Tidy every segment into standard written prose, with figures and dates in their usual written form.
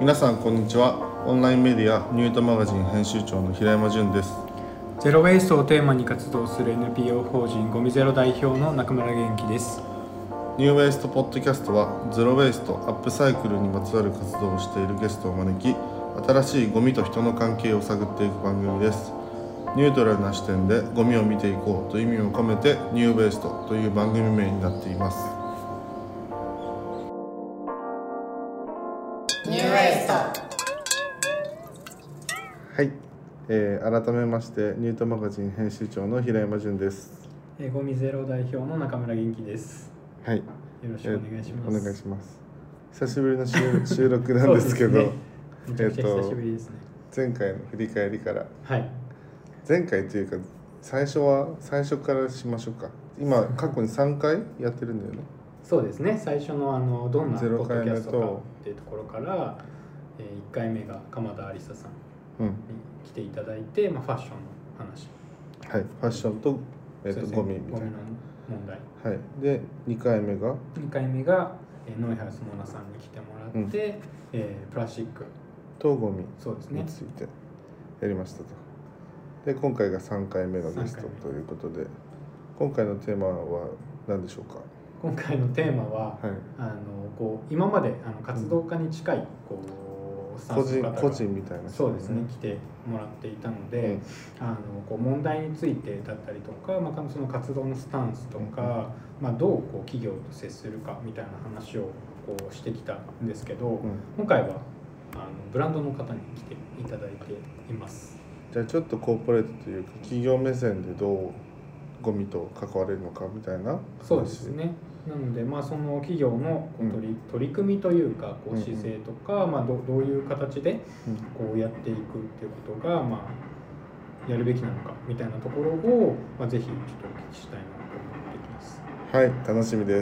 皆さんこんにちは。オンラインメディアニュートマガジン編集長の平山潤です。 ゼロ・ウェイストをテーマに活動する NPO 法人ゴミゼロ代表の中村元気です。 ニューウェイストポッドキャストはゼロウェイストアップサイクルにまつわる活動をしているゲストを招き、新しいゴミと人の関係を探っていく番組です。ニュートラルな視点でゴミを見ていこうという意味を込めてニューウェイストという番組名になっています。 ニューウェイスト。 はい、改めましてニュートマガジン編集長の平山潤です。 ゴミゼロ代表の中村元気です。 はい、 よろしくお願いします。 お願いします。久しぶりの収録なんですけどめちゃくちゃ久しぶりですね。 前回の振り返りから、 はい、 前回というか最初からしましょうか。今過去に3回やってるんだよね。 そうですね。最初のどんなポッドキャストか 0 っていうところから、1回目が鎌田有沙さんに来ていただいて、ファッションの話、 はい、ファッションと、ゴミみたいな、 ゴミの問題、 はい、で2回目がノイハウスモナさんに来てもらって、プラスチックとゴミにそうですねついてやりましたと。で今回が3回目のゲストということで、今回のテーマは何でしょうか。 今回のテーマは、今まで活動家に近いスタンスの方が個人みたいな、 そうですね、来てもらっていたので、問題についてだったりとか、その活動のスタンスとか、どう企業と接するかみたいな話をしてきたんですけど、今回はブランドの方に来ていただいています。 じゃあちょっとコーポレートというか企業目線でどうゴミと関われるのかみたいな。 そうですね。なので、その企業の取り組みというか姿勢とか、どういう形でやっていくっていうことが、やるべきなのかみたいなところを、ぜひちょっとお聞きしたいなと思っています。 はい、楽しみです。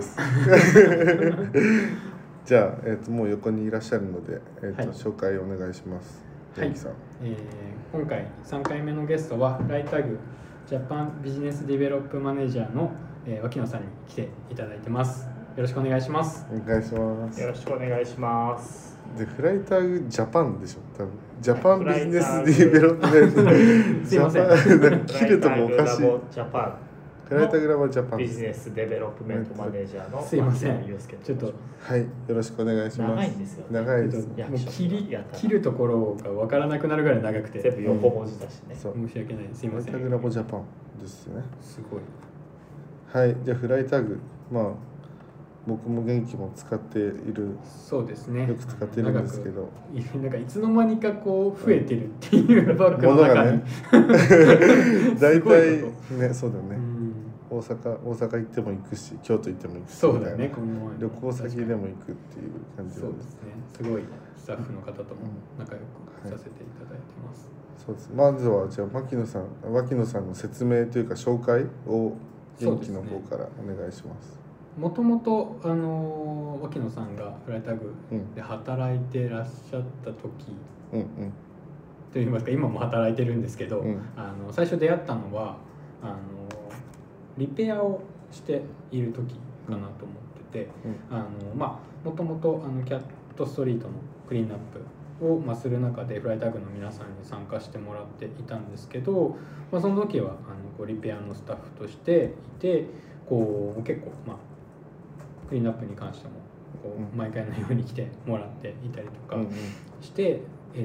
じゃあ、もう横にいらっしゃるので、紹介お願いします。 はい、今回3回目のゲストはフライタグジャパンビジネスディベロップマネージャーの脇野さんに来ていただいてます。よろしくお願いします。 お願いします。 よろしくお願いします。 で、フライタグジャパンでしょ、多分。ジャパンビジネスディベロップメント。 すいません。 切るともおかしい。 ジャパン。 フライタグラボジャパン。 ビジネスデベロップメントマネージャーのすいません。ちょっとはい、よろしくお願いします。 長いんですよ。 長いです。 もう切るところがわからなくなるぐらい長くて。 全部横文字だしね。 申し訳ない。すいません。 フライタグラボジャパンですね。 すごい。 はい、じゃあフライタグ、僕も元気も使っている。 そうですね。 よく使っているんですけど、 なんかいつの間にか増えてるっていうバッグの中に。 大体ね、そうだね。大阪行っても行くし、京都行っても行くし、 そうだね。 旅行先でも行くっていう感じ。 そうですね。すごいスタッフの方とも仲良くさせていただいてます。 そうです。まずはじゃあ脇野さんの説明というか紹介を元気の方からお願いします。 もともと脇野さんがフライタグで働いてらっしゃった時、といいますか今も働いてるんですけど、最初出会ったのはリペアをしている時かなと思ってて、もともとキャットストリートのクリーンアップをする中でフライタグの皆さんに参加してもらっていたんですけど、その時はリペアのスタッフとしていて結構クリーンアップに関しても毎回のように来てもらっていたりとかして、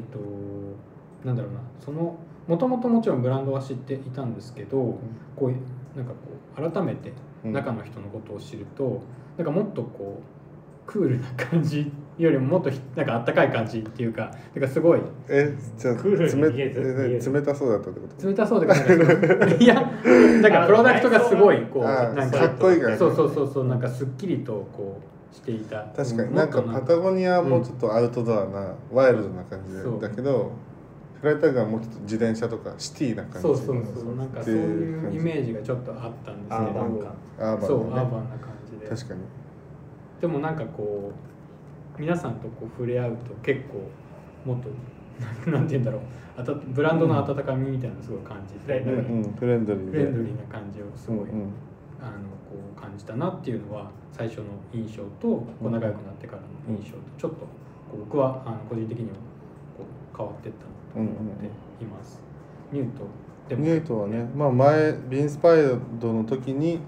もともともちろんブランドは知っていたんですけど、改めて中の人のことを知ると、もっとクールな感じよりももっとあったかい感じっていうか、すごいじゃあクールに見えず冷たそうだったってこと？ 冷たそうでいや、プロダクトがすごいかっこいいからね。 そうすっきりとしていた。 確かにパタゴニアはもうちょっとアウトドアな、ワイルドな感じだけど、フライタグはもうちょっと自転車とかシティな感じ。 そういうイメージがちょっとあったんですけど、 アーバンな感じで。 確かに。 でも皆さんと触れ合うと結構もっとなんて言うんだろう、ブランドの温かみみたいなのすごい感じて、 フレンドリーな感じをすごい感じたなっていうのは最初の印象と仲良くなってからの印象とちょっと僕は個人的にはこう変わっていったと思っています。ニュートはね、前ビンスパイドの時に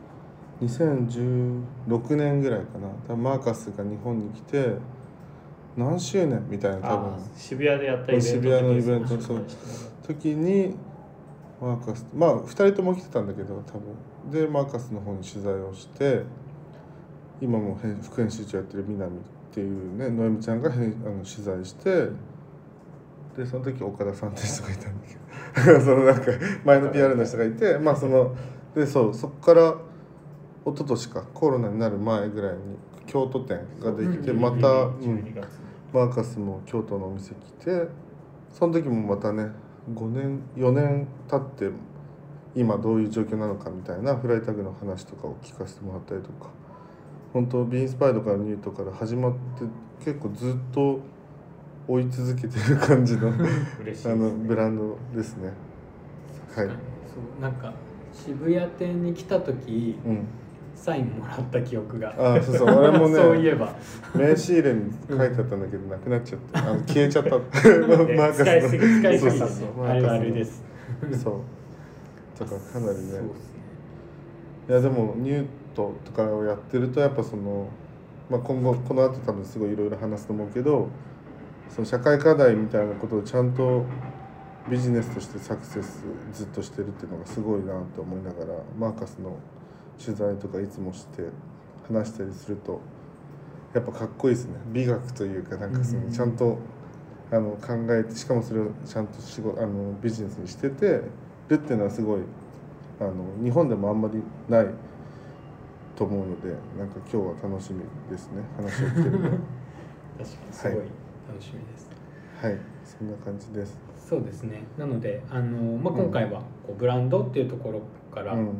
2016年ぐらいかな、多分マーカスが日本に来て何周年みたいな、多分渋谷でやったイベント、 渋谷のイベントの時にマーカス、2人とも来てたんだけど、多分でマーカスの方に取材をして、今も副編集長やってる南っていうね、ノエミちゃんが取材して、でその時岡田さんって人がいたんだけどそのなんか前の PR の人がいて、そこから一昨年か、コロナになる前ぐらいに京都店ができて、また、マーカスも京都のお店来て、その時もまたね4年経って今どういう状況なのかみたいなフライタグの話とかを聞かせてもらったりとか、本当ビンスパイドからニュートから始まって結構ずっと追い続けてる感じのブランドですね。はい。 そうなんか渋谷店に来た時、サインもらった記憶が。 そう俺もねそういえば名刺入れに書いてあったんだけど、なくなっちゃって消えちゃったマーカスの使いすぎあるあるです。 そうだからかなりね。いやでもニュートとかをやってるとやっぱその、今後この後多分すごいいろいろ話すと思うけど、その社会課題みたいなことをちゃんとビジネスとしてサクセスずっとしてるっていうのがすごいなと思いながら、マーカスの取材とかいつもして話したりするとやっぱかっこいいですね。美学というか、なんかそのちゃんと考えて、しかもそれをちゃんとビジネスにしててるっていうのはすごい日本でもあんまりないと思うので、なんか今日は楽しみですね、話を聞けるの確かにすごい楽しみです。 はい、そんな感じです。 そうですね。なので今回はこうブランドっていうところから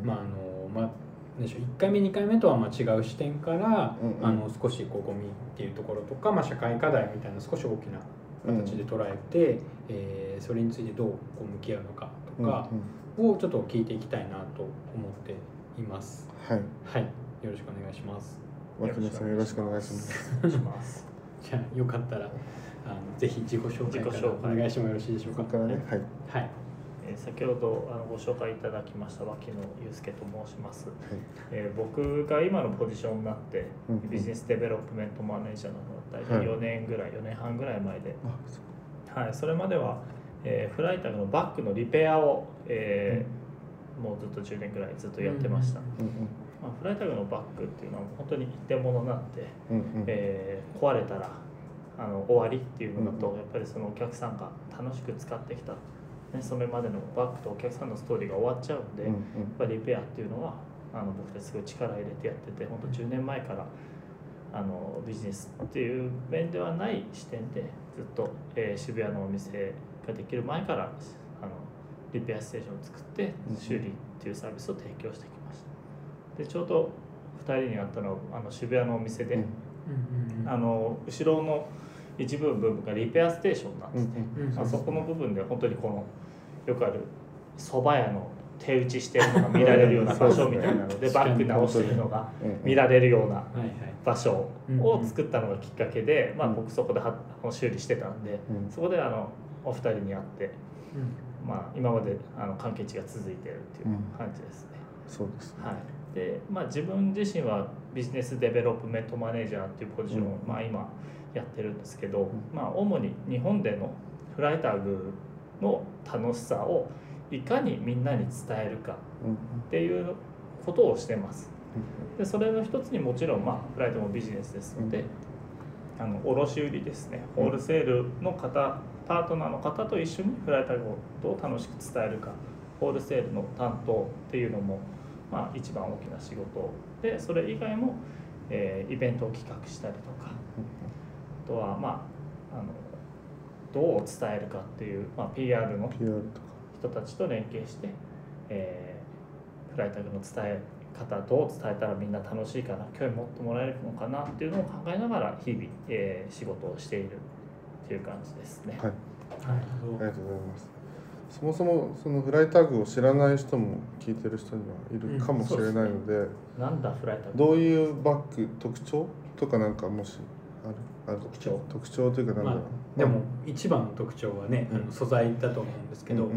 、1回目2回目とは違う視点から、少しこうゴミっていうところとか、社会課題みたいな少し大きな形で捉えて、それについてどうこう向き合うのかとかをちょっと聞いていきたいなと思っています。 はい、 はい、よろしくお願いします。 脇野さんよろしくお願いします。 じゃあよかったらぜひ自己紹介からお願いしてもよろしいでしょうか。 からね、はい。 はい。先ほどご紹介いただきました脇野祐介と申します。はい。僕が今のポジションになってビジネスデベロップメントマネージャーなのは大体4年半ぐらい前で、はい。それまではフライタグのバッグのリペアをもうずっと10年ぐらいずっとやってました。フライタグのバッグっていうのは本当に一点物なんで、壊れたら終わりっていうのだと、やっぱりそのお客さんが楽しく使ってきた、それまでのバッグとお客さんのストーリーが終わっちゃうんで、やっぱりリペアっていうのは僕たちすごい力入れてやってて、本当10年前からビジネスっていう面ではない視点でずっと、渋谷のお店ができる前からリペアステーションを作って修理っていうサービスを提供してきました。でちょうど2人に会ったのは渋谷のお店で、後ろの一部分がリペアステーションになってて、そこの部分で本当にこのよくある蕎麦屋の手打ちしてるのが見られるような場所みたいなのでバッグ直してるのが見られるような場所を作ったのがきっかけで、僕そこで修理してたんで、そこでお二人に会って、今まで関係値が続いているっていう感じですね。 そうですね。 はい。で自分自身はビジネスデベロップメントマネージャーっていうポジションを、今やってるんですけど、主に日本でのフライタグの楽しさをいかにみんなに伝えるかっていうことをしてます。でそれの一つにもちろん、フライタグもビジネスですので、卸売ですね、ホールセールの方、パートナーの方と一緒にフライタグをどう楽しく伝えるか、ホールセールの担当っていうのも一番大きな仕事で、それ以外も、イベントを企画したりとか、あとはどう伝えるかっていう、PR の人たちと連携して、フライタグの伝え方どう伝えたらみんな楽しいかな、興味持ってもらえるのかなっていうのを考えながら日々、仕事をしているっていう感じですね。 はい、ありがとうございます。そもそもそのフライタグを知らない人も聞いてる人にはいるかもしれないので、 なんだフライタグ、 どういうバッグ特徴とかなんかもしある？ 特徴というかなんだろう、 でも一番の特徴はね、素材だと思うんですけど、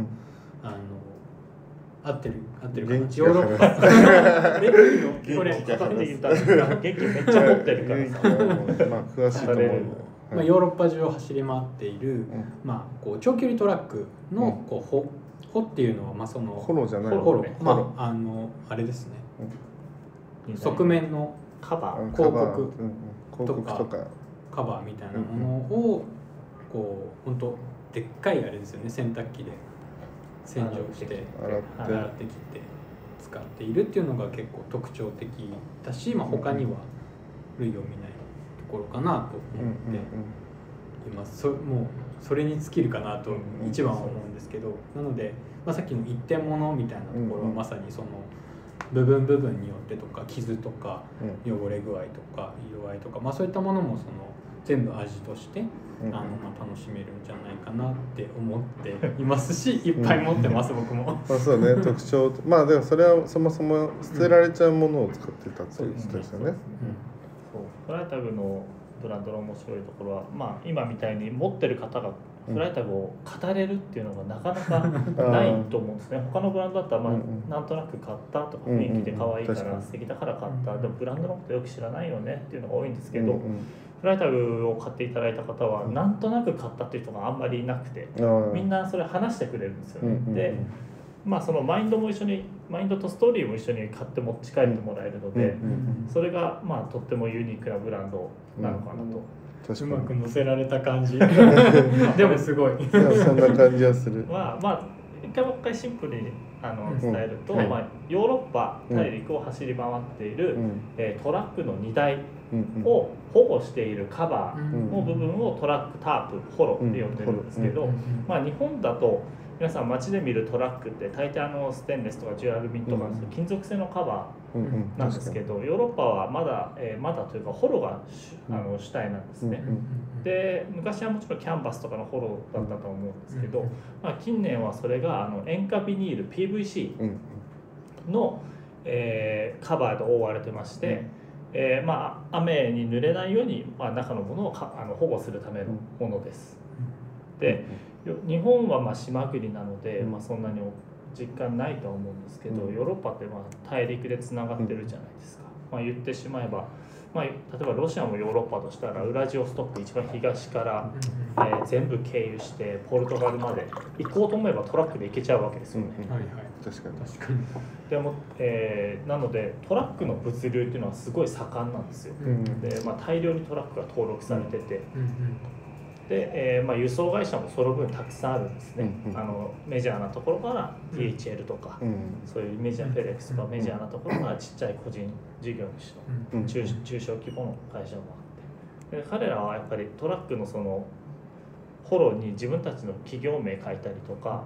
合ってるかな、ヨーロッパこれ片手で言ったら元気めっちゃ持ってるからさ詳しいと思う。 ヨーロッパ中を走り回っている、こう長距離トラックのこう帆っていうのはそのホロじゃないあれですね、側面のカバー広告とかカバーみたいなものをこう本当でっかいあれですよね、洗濯機で洗浄して洗ってきて使っているっていうのが結構特徴的だし、他には類を見ないところかなと思っています。もうそれに尽きるかなと一番は思うんですけど、なので、さっきの一点物みたいなところはまさにその部分によってとか傷とか汚れ具合とか色合いとか、そういったものもその全部味として楽しめるんじゃないかなって思っていますし、いっぱい持ってます僕も。 そうね、特徴でもそれはそもそも捨てられちゃうものを使ってたっていうことですよね。 フライタグのブランドの面白いところは、今みたいに持ってる方がフライタグを語れるっていうのがなかなかないと思うんですね。他のブランドだったら、なんとなく買ったとか雰囲気で可愛いから素敵だから買った、でもブランドのことよく知らないよねっていうのが多いんですけど、フライタグを買っていただいた方はなんとなく買ったっていう人があんまりいなくて、みんなそれ話してくれるんですよね。でそのマインドも一緒に、マインドとストーリーも一緒に買って持ち帰ってもらえるので、それがとってもユニークなブランドなのかなと。 うまく乗せられた感じでもすごいそんな感じはする。 もう一回シンプルに伝えると、ヨーロッパ大陸を走り回っている、トラックの荷台を保護しているカバーの部分をトラックタープホロって呼んでるんですけど、日本だと皆さん街で見るトラックって大抵ステンレスとかジュアルミンとか金属製のカバーなんですけど、ヨーロッパはまだというかホロが主体なんですね。で昔はもちろんキャンバスとかのホロだったと思うんですけど、近年はそれが塩化ビニール PVC のカバーで覆われてまして、雨に濡れないように中のものを保護するためのものです。で日本は島国なので、そんなに実感ないとは思うんですけど、ヨーロッパって大陸でつながってるじゃないですか。言ってしまえば、例えばロシアもヨーロッパとしたらウラジオストック一番東から、全部経由してポルトガルまで行こうと思えばトラックで行けちゃうわけですよね。 確かにでも、なのでトラックの物流っていうのはすごい盛んなんですよ。で、大量にトラックが登録されてて、で輸送会社もその分たくさんあるんですね。メジャーなところから DHL とか、そういうメジャーフェレックスとかメジャーなところからちっちゃい個人事業主の中小規模の会社もあって、で彼らはやっぱりトラックのそのフォローに自分たちの企業名書いたりとか、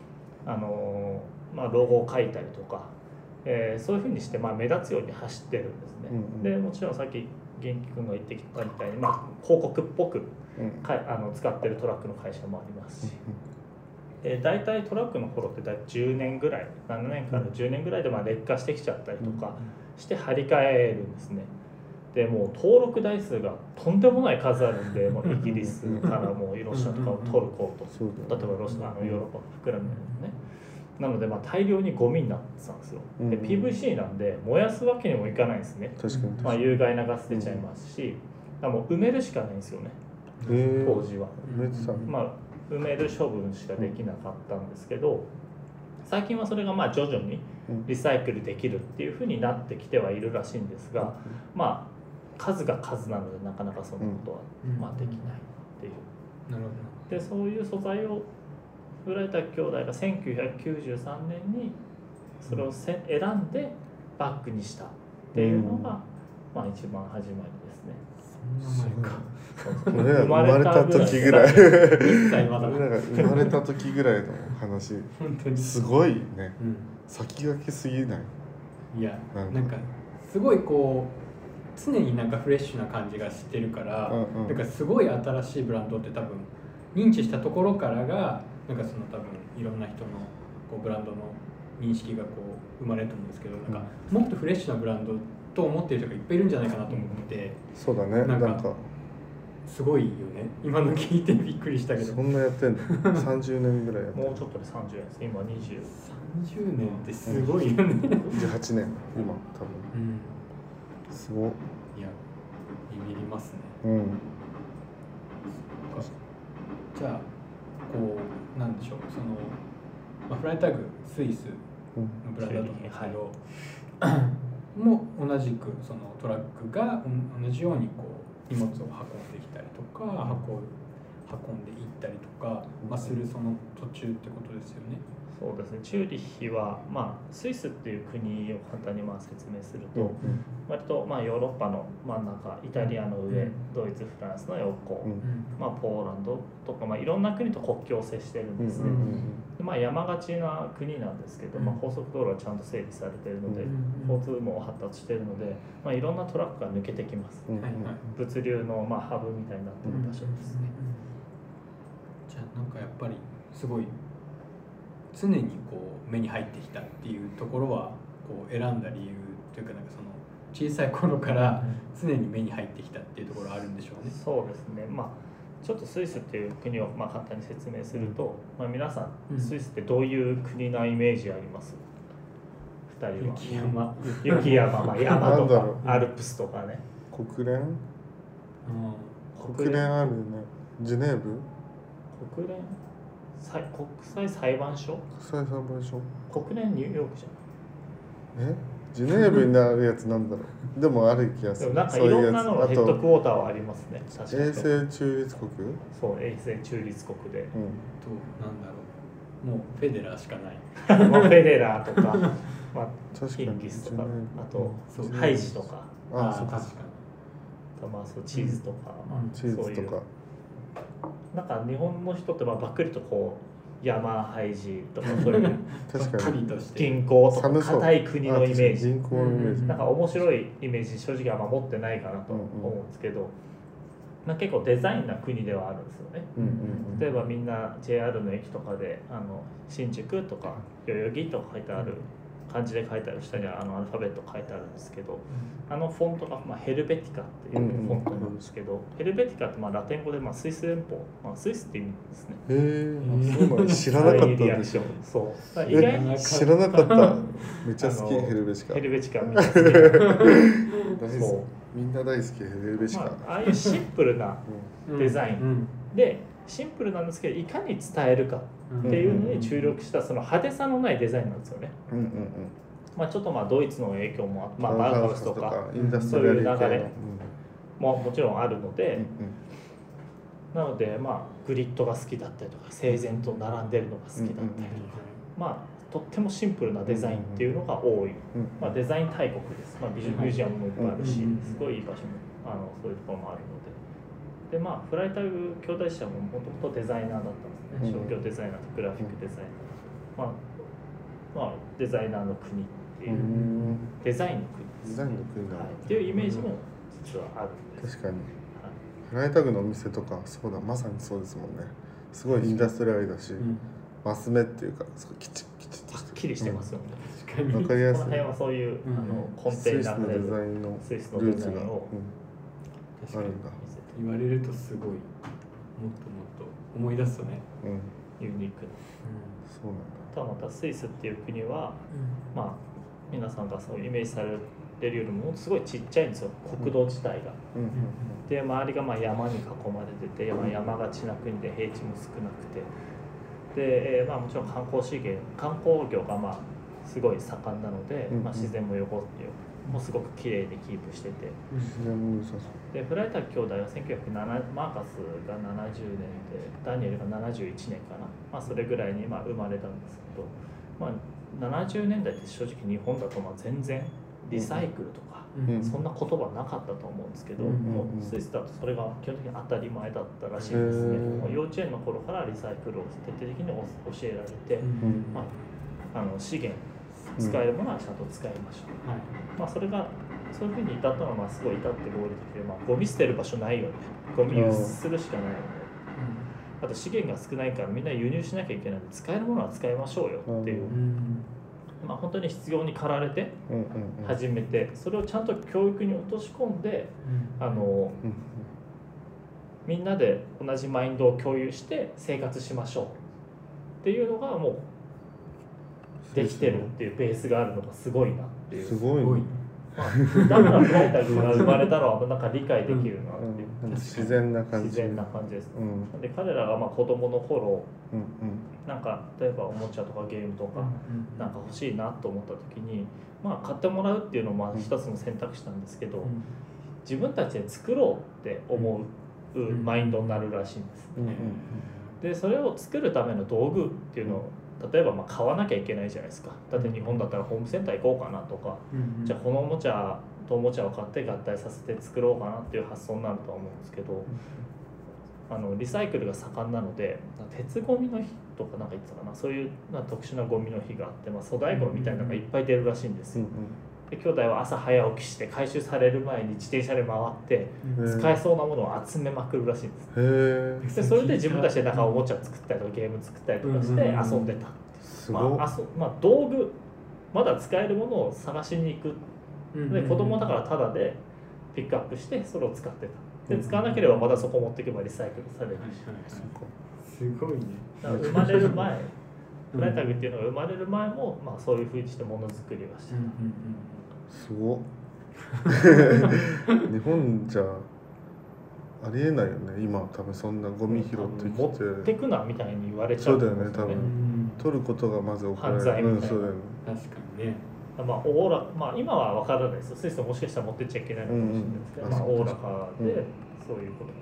ロゴを書いたりとか、そういうふうにして目立つように走ってるんですね。でもちろんさっき元気君が言ってきたみたいに、広告っぽく使ってるトラックの会社もありますし、大体トラックの頃って大体10年ぐらい7年から10年ぐらいで劣化してきちゃったりとかして張り替えるんですね。でもう登録台数がとんでもない数あるんで、イギリスからもうロシアとかトルコと例えばヨーロッパも膨らむね。なので大量にゴミになってたんですよ。で PVC なんで燃やすわけにもいかないんですね。有害なガス出ちゃいますし、もう埋めるしかないんですよね。当時は埋める処分しかできなかったんですけど、最近はそれが徐々にリサイクルできるっていうふうになってきてはいるらしいんですが、数が数なのでなかなかそのことはできないっていう。 なるほど。でそういう素材をフライタ兄弟が1993年にそれを選んでバッグにしたっていうのが、一番始まりですね。 生まれた時ぐらい生まれた時ぐらいの話本当にすごいね、先駆けすぎない？ いや、なんかすごいこう常にフレッシュな感じがしてるから、だからすごい新しいブランドって多分認知したところからがその多分いろんな人のこうブランドの認識がこう生まれると思うんですけど、もっとフレッシュなブランドと思っている人がいっぱいいるんじゃないかなと思って、 そうだね。 すごいよね。今の聞いてびっくりしたけど。 そんなやってんの？30年ぐらいやってる。 もうちょっとで30年です。今20。 30年ってすごいよね。 18年今多分。すごい。 いやビビりますね。じゃあこうなんでしょう、その、フライタグスイスのブランドだと思うんですけど、も同じくそのトラックが同じようにこう荷物を運んできたりとか運んでいったりとか、するその途中ってことですよね。 そうですね。チューリッヒは、スイスっていう国を簡単に説明すると、割とヨーロッパの真ん中、イタリアの上、ドイツ、フランスの横、ポーランドとか、いろんな国と国境を接してるんですね。で山がちな国なんですけど、高速道路はちゃんと整備されているので、交通も発達しているので、いろんなトラックが抜けてきます。物流のハブみたいになっている場所ですね。 じゃあなんかやっぱりすごい常にこう目に入ってきたっていうところはこう選んだ理由というか、なんかその小さい頃から常に目に入ってきたっていうところあるんでしょうね。 そうですね。ちょっとスイスっていう国を簡単に説明すると、皆さんスイスってどういう国のイメージあります？2人は。雪山、山とかアルプスとかね。 国連あるよね。ジュネーブ？ 国連？国際裁判所？国連ニューヨークじゃん。 ジュネーブにあるやつなんだろう。でもある気がする。 なんかいろんなののヘッドクォーターはありますね。 永世中立国？ そう、永世中立国で。 なんだろう。もうフェデラーしかない。 フェデラーとか、 ヒンギスとか、あとハイジとか。 確かに。 チーズとか、 チーズとか。 なんか日本の人ってばっくりとこう山ハイジとかそういう銀行とか硬い国のイメージ、なんか面白いイメージ正直は持ってないかなと思うんですけど、結構デザインな国ではあるんですよね。例えばみんな JR の駅とかで新宿とか代々木とか書いてある漢字で書いてある下にはアルファベット書いてあるんですけど、フォントがヘルベティカっていうフォントなんですけど、ヘルベティカってラテン語でスイス連邦、スイスっていう意味ですね。 そうなん知らなかったんでしょ。 そう意外に知らなかった。めっちゃ好きヘルベチカ。 ヘルベチカみんな好き。 みんな大好きヘルベチカ。 ああいうシンプルなデザインでシンプルなんですけどいかに伝えるかっていうのに注力したその派手さのないデザインなんですよね。ちょっとドイツの影響もバウハウスとかそういう流れももちろんあるので、なのでグリッドが好きだったりとか整然と並んでるのが好きだったりとか、とってもシンプルなデザインっていうのが多い、デザイン大国です。ミュージアムもいっぱいあるし、すごいいい場所もそういうところもあるので。でフライタグ兄弟社ももともとデザイナーだったんですね。商業デザイナーとグラフィックデザイナー、デザイナーの国っていうデザインの国です、っていうイメージも実はあるんです。 確かに、フライタグのお店とかそうだ、まさにそうですもんね。すごいインダストリアルだし、マス目っていうかすごいきちっとはっきりしてますよね。 確かにわかりやすい。 この辺はそういう根底になってるスイスのデザインをあるんだ。 言われるとすごいもっともっと思い出すとね、 ユニークな。 そうなんだ。 またスイスっていう国は、皆さんがそうイメージされるよりもすごいちっちゃいんですよ、国土自体が。で周りが山に囲まれてて、山がちな国で平地も少なくて、で、もちろん観光業がすごい盛んなので、自然ももうすごく綺麗でキープしてて、でフライタグ兄弟はマーカスが70年でダニエルが71年かな、それぐらいに生まれたんですけど、70年代って正直日本だと全然リサイクルとか、そんな言葉なかったと思うんですけど、もうスイスだとそれが基本的に当たり前だったらしいんですね。もう幼稚園の頃からリサイクルを徹底的に教えられて、資源使えるものはちゃんと使いましょう。それがそういうふうに至ったのはすごい至って合理的で、ゴミ捨てる場所ないよね、ゴミ輸出するしかないよね、あと資源が少ないからみんな輸入しなきゃいけないので使えるものは使いましょうよっていう、本当に必要に駆られて始めて、それをちゃんと教育に落とし込んで、 みんなで同じマインドを共有して生活しましょうっていうのがもうできてるっていうベースがあるのがすごいなっていう。 すごい、 まあ、だからフライタグが生まれたのはなんか理解できるなっていう、 自然な感じです、で彼らがまあ子供の頃、なんか例えばおもちゃとかゲームとかなんか欲しいなと思った時に、まあ、買ってもらうっていうのも一つの選択肢なんですけど、自分たちで作ろうって思うマインドになるらしいんです、でそれを作るための道具っていうのを例えばまあ買わなきゃいけないじゃないですか。だって日本だったらホームセンター行こうかなとか、じゃあこのおもちゃとおもちゃを買って合体させて作ろうかなっていう発想になるとは思うんですけど、リサイクルが盛んなので鉄ゴミの日とかなんか言ってたかな、そういう特殊なゴミの日があって、まあ、粗大ゴミみたいなのがいっぱい出るらしいんですよ。で兄弟は朝早起きして回収される前に自転車で回って使えそうなものを集めまくるらしいんです。でそれで自分たちでなんかおもちゃ作ったりとかゲーム作ったりとかして遊んでた。道具まだ使えるものを探しに行く。で子供だからタダでピックアップしてそれを使ってた。で使わなければまたそこ持っていけばリサイクルされる。 すごいね。 生まれる前フライタグっていうのが生まれる前も、まあ、そういうふうにしてものづくりはしてた。 すごっ日本じゃありえないよね。今多分そんなゴミ拾ってきて持ってくなみたいに言われちゃう。 そうだよね、多分取ることがまず怒られる。 犯罪みたいな、 そうだよね。確かにね。 まあ今は分からないですよ。スイスもしかしたら持ってっちゃいけないのかもしれないですけど、おおらかでそういうこと。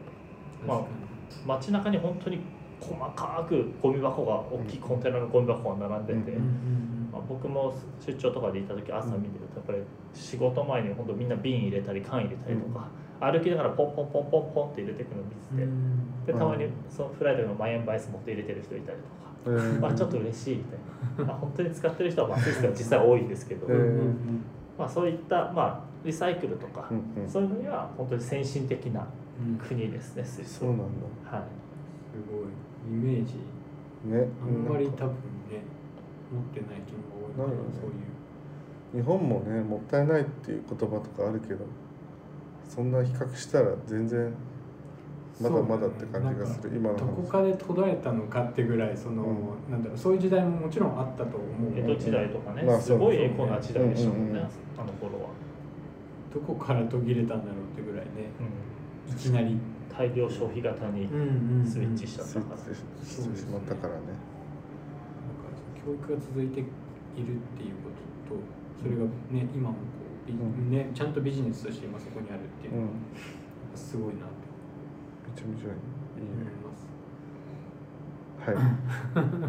まあ街中に本当に細かくゴミ箱が大きいコンテナのゴミ箱が並んでて、まあ、僕も出張とかで行った時朝見てるとやっぱり仕事前に本当みんな瓶入れたり缶入れたりとか、歩きながらポンポンポンポンポンって入れていくのを見てて、でたまにそのフライタグのマイアンバイス持って入れてる人いたりとか、まあちょっと嬉しいみたいな、本当に使ってる人はまあスイスでは実際多いんですけど、まあそういったまあリサイクルとか、そういうのには本当に先進的な国ですね、スイス。 そうなんだ。 はい。すごいイメージね、あんまり多分ね持ってない人が多いから、そういう日本もねもったいないっていう言葉とかあるけど、そんな比較したら全然まだまだって感じがする。今のどこかで途絶えたのかってぐらいなんだろう、そういう時代ももちろんあったと思う。 江戸時代とかね、すごいエコな時代でしたもんね、あの頃は。 どこから途切れたんだろうってぐらいね、いきなり大量消費型にスイッチしちゃったから、 してしまったからね。 教育が続いているっていうことと、それがね今もこうねちゃんとビジネスとして今そこにあるっていうのはすごいなと。 めちゃめちゃいいね。はい。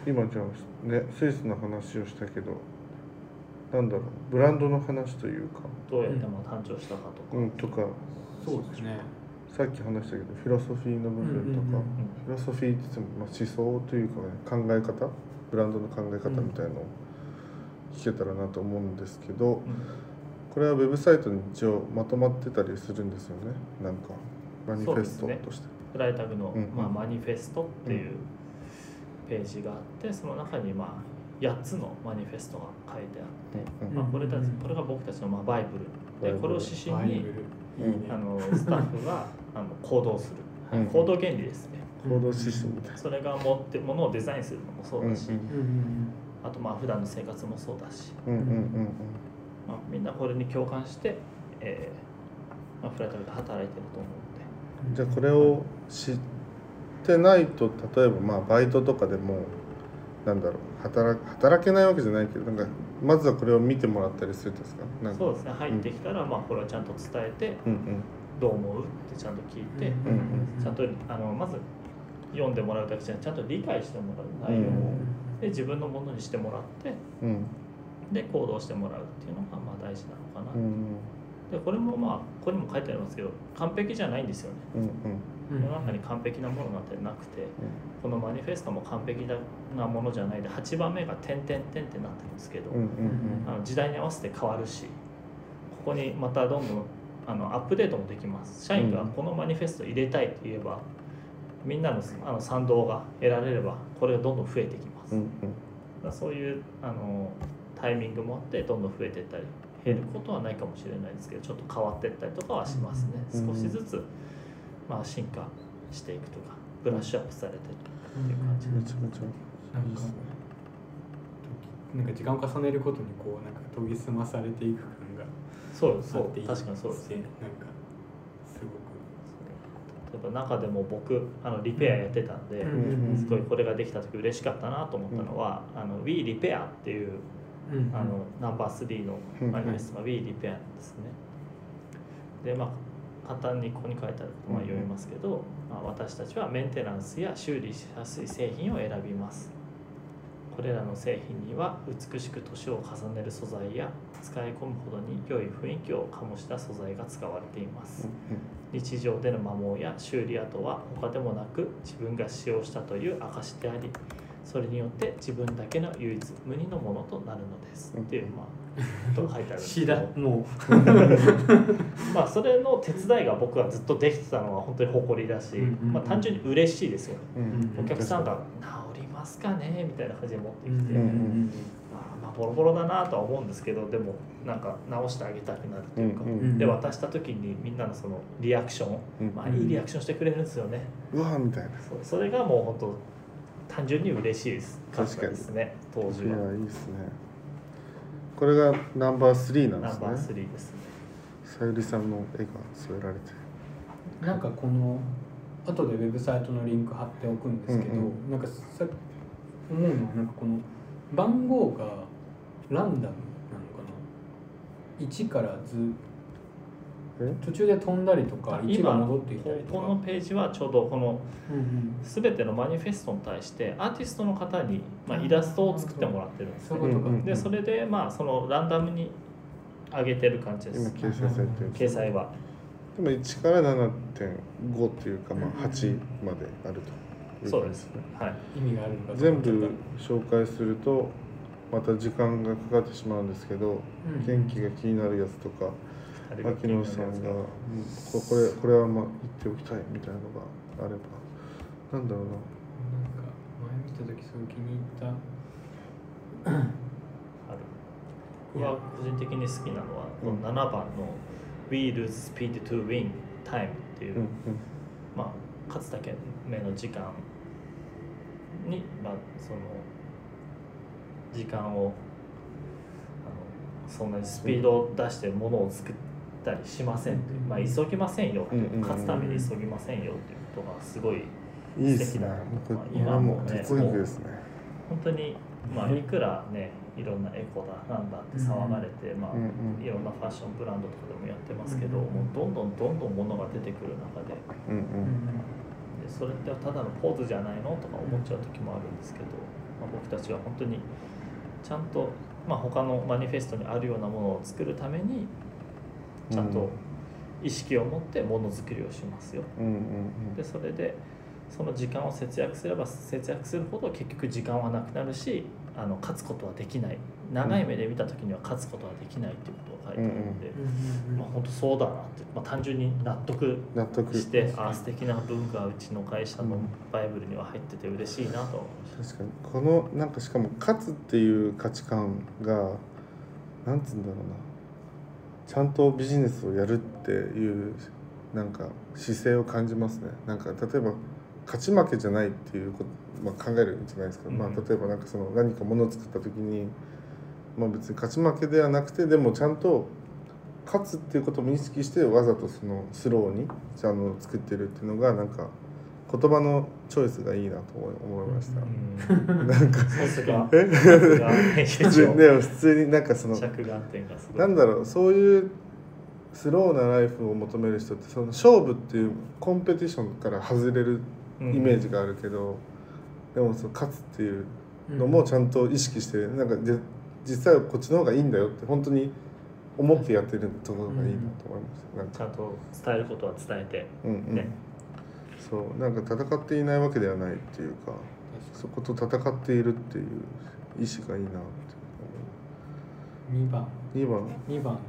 今じゃあねスイスの話をしたけど、なんだろう、ブランドの話というか、 どうやっても誕生したかとか、 そうですね。 さっき話したけどフィロソフィーの部分とか、フィロソフィーって言っても、まあ、思想というか、ね、考え方、ブランドの考え方みたいのを聞けたらなと思うんですけど、これはウェブサイトに一応まとまってたりするんですよね。なんかマニフェストとして、 フライタグの、マニフェストっていうページがあって、その中にまあ8つのマニフェストが書いてあって、まあ、これが僕たちのまあバイブルで、これを指針にスタッフが行動する、行動原理ですね。 行動指針みたいな。 それがものをデザインするのもそうだし、あとまあ普段の生活もそうだし、まあ、みんなこれに共感して、まあ、フライタグで働いてると思うので。 じゃあこれを知ってないと、例えばまあバイトとかでもなんだろう、働けないわけじゃないけど、なんかまずはこれを見てもらったりするんですか？なんかそうですね、入ってきたら、まあこれをちゃんと伝えて、どう思うってちゃんと聞いて、ちゃんとまず読んでもらうだけじゃなくて、ちゃんと理解してもらう内容を、で自分のものにしてもらって、で行動してもらうっていうのがまあ大事なのかな。でこれもまあここにも書いてありますけど、完璧じゃないんですよね。世の中に完璧なものなんてなくて、このマニフェストも完璧なものじゃないで、8番目が点々点ってなってるんですけど、時代に合わせて変わるし、ここにまたどんどんアップデートもできます。社員がこのマニフェスト入れたいと言えば、みんなの賛同が得られれば、これがどんどん増えてきます。そういうタイミングもあって、どんどん増えていったり、減ることはないかもしれないですけど、ちょっと変わっていったりとかはしますね。少しずつまあ、進化していくとかブラッシュアップされていくっていう感じ、 めちゃめちゃいいですね。 なんか時間を重ねることにこうなんか研ぎ澄まされていく感がそうあっていい確かにそうですね。 なんかすごく例えば中でも僕リペアやってたんで、すごいこれができた時嬉しかったなと思ったのは、We Repair っていう、ナンバー3のマニフェストが We Repair ですね。でまあ簡単にここに書いてあることは読みますけど、私たちはメンテナンスや修理しやすい製品を選びます。これらの製品には美しく年を重ねる素材や使い込むほどに良い雰囲気を醸した素材が使われています。日常での摩耗や修理跡は他でもなく自分が使用したという証であり、それによって自分だけの唯一無二のものとなるのですっていうと書いてあるんですけどもうまあそれの手伝いが僕はずっとできてたのは本当に誇りだし、単純に嬉しいですよね。お客さんが治りますかねみたいな感じで持ってきて、まあボロボロだなとは思うんですけど、でもなんか直してあげたくなるというか、で渡した時にみんなのそのリアクション、いいリアクションしてくれるんですよね。 うわみたいな。 それがもう本当単純に嬉しいです。 確かにですね。当時は。 いやいいですね。これがナンバー3なんですね。 ナンバー3ですね。 さゆりさんの絵が添えられてなんかこの後でウェブサイトのリンク貼っておくんですけど、なんかさ思うのはなんかこの番号がランダムなのかな、1から途中で飛んだりとか1が戻ってきたりとか、 このページはちょうどこの全てのマニフェストに対してアーティストの方にイラストを作ってもらってるんですね。でそれでそのランダムに上げてる感じです。 今掲載されてる。 掲載はでも1から 7.5 っていうか8まであるというそうですね。はい。 意味があるのか全部紹介するとまた時間がかかってしまうんですけど、元気が気になるやつとか。牧野さんがこれは言っておきたいみたいなのがあれば、なんだろうな。 なんか前見た時すごい気に入った。 僕は個人的に好きなのはこの7番の We lose speed to win time っていう、勝つだけ目の時間に、その時間をそんなにスピードを出してものを作ったりしませんという、急ぎませんよっていう、勝つために急ぎませんよっていうことがすごい素敵な。 今もテクニックですね。 本当にいくらねいろんなエコだなんだって騒がれて、いろんなファッションブランドとかでもやってますけど、もうどんどん物が出てくる中で、それってただのポーズじゃないのとか思っちゃう時もあるんですけど、僕たちは本当にちゃんと他のマニフェストにあるようなものを作るためにちゃんと意識を持ってものづくりをしますよ。でそれでその時間を節約すれば節約するほど結局時間はなくなるし、勝つことはできない、長い目で見た時には勝つことはできないっていうことが書いてあるので、本当そうだなって、単純に納得して素敵な文化がうちの会社のバイブルには入ってて嬉しいなと思いました。 確かにこのなんかしかも勝つっていう価値観がなんつうんだろうな、ちゃんとビジネスをやるっていうなんか姿勢を感じますね。なんか例えば勝ち負けじゃないっていうこと、考えるじゃないですか。例えばなんかその何か物を作った時に、別に勝ち負けではなくて、でもちゃんと勝つっていうことも意識してわざとそのスローに作ってるっていうのがなんか言葉のチョイスがいいなと思いました。なんかさすが普通になんかそのなんだろう、そういうスローなライフを求める人ってその勝負っていうコンペティションから外れるイメージがあるけど、でもその勝つっていうのもちゃんと意識して、なんか実際はこっちの方がいいんだよって本当に思ってやってるところがいいなと思いました。 ちゃんと伝えることは伝えて、 そうなんか戦っていないわけではないっていうか、そこと戦っているっていう意志がいいなって 2番何 2番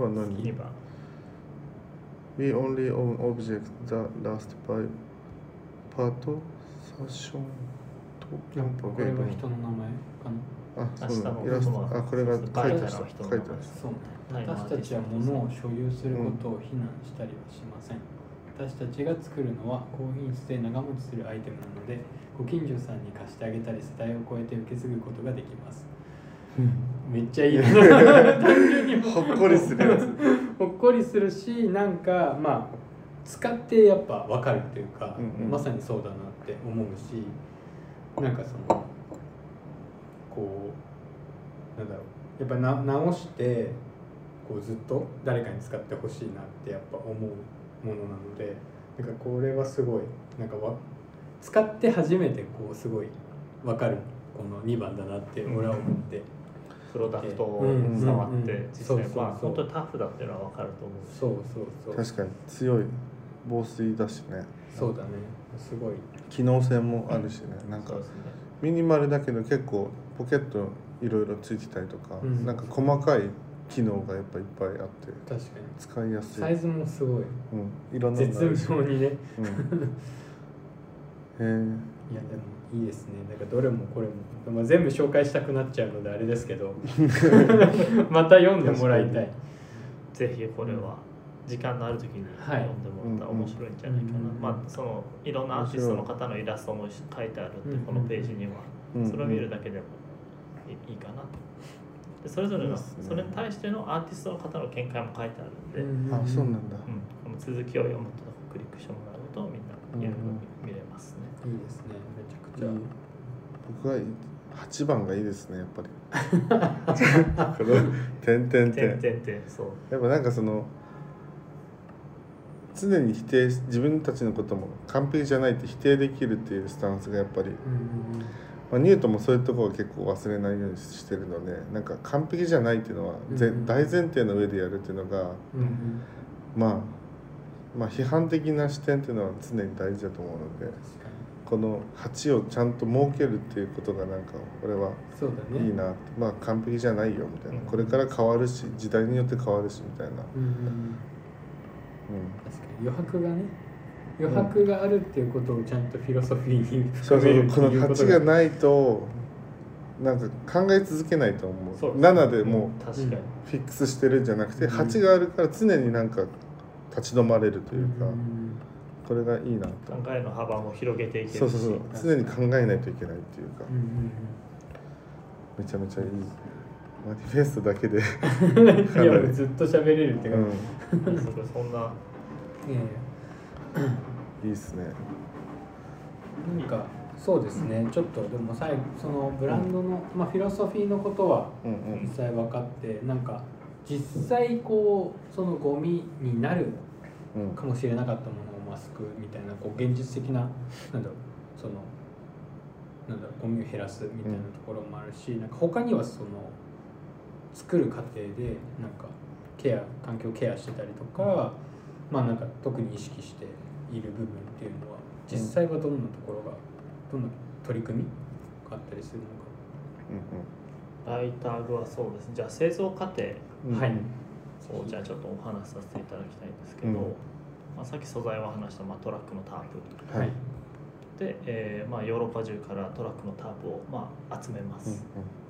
We only own objects that last by part session とこれは人の名前かな。 そうなイラスト、これが書いてある。そうね。私たちは物を所有することを非難したりはしません。 私たちが作るのは高品質で長持ちするアイテムなので、ご近所さんに貸してあげたり世代を超えて受け継ぐことができます。めっちゃいい単純にほっこりするやつほっこりするし、なんかまあ使ってやっぱ分かるっていうか、まさにそうだなって思うし、なんかそのこうなんだろう、やっぱ直してこうずっと誰かに使ってほしいなってやっぱ思うものなので、なんかこれはすごいなんか使って初めてこうすごい分かるこの2番だなって俺は思って、 プロダクトを触って実際まあ本当にタフだっていうのは分かると思うし、 そう確かに強い防水だしね。 そうだね、すごい機能性もあるしね、なんかミニマルだけど結構ポケットいろいろついてたりとか、なんか細かい機能がやっぱいっぱいあって確かに使いやすい。 サイズもすごい、 いろんなの絶妙にね、 いやでもいいですね。なんかどれもこれも、全部紹介したくなっちゃうのであれですけどまた読んでもらいたい。 ぜひこれは時間のある時に読んでもらったら面白いんじゃないかな。まあそのいろんなアーティストの方のイラストも書いてあるってこのページには、それを見るだけでもいいかなと。でそれぞれのそれに対してのアーティストの方の見解も書いてあるんで、 あ、そうなんだ。 この続きを読むとクリックしてもらうとみんないろいろ見れますね。 いいですね。めちゃくちゃ。 僕は8番がいいですね、やっぱり。この点そう。 やっぱなんかその常に自分たちのことも完璧じゃないって否定できるっていうスタンスがやっぱり、ニュートンもそういうところを結構忘れないようにしてるので、なんか完璧じゃないっていうのは、大前提の上でやるっていうのが、まあ批判的な視点っていうのは常に大事だと思うので、この8をちゃんと設けるっていうことがなんか俺はいいなって、まあ完璧じゃないよみたいな、これから変わるし時代によって変わるしみたいな、 確かに余白がね、余白があるっていうことをちゃんとフィロソフィーにそうこの8がないとなんか考え続けないと思う。7でもうフィックスしてるんじゃなくて、8があるから常になんか立ち止まれるというか、これがいいなと。 考えの幅も広げていけるし、 常に考えないといけないっていうか、めちゃめちゃいい。マニフェストだけでいやずっと喋れるって感じ。 そんな。 いいっすね。 なんかそうですね、ちょっとでも最後そのブランドの、フィロソフィーのことは実際分かって、なんか実際こうそのゴミになるかもしれなかったものをマスクみたいなこう現実的なゴミを減らすみたいなところもあるし、なんか他にはその作る過程でなんか環境ケアしてたりとか、なんか特に意識している部分っていうのは実際はどんなところがどんな取り組みがあったりするのか。 ライターはそうですね。じゃあ製造過程、 そうじゃあちょっとお話しさせていただきたいんですけど、さっき素材を話した、トラックのタープ、で、ヨーロッパ中からトラックのタープを、集めます。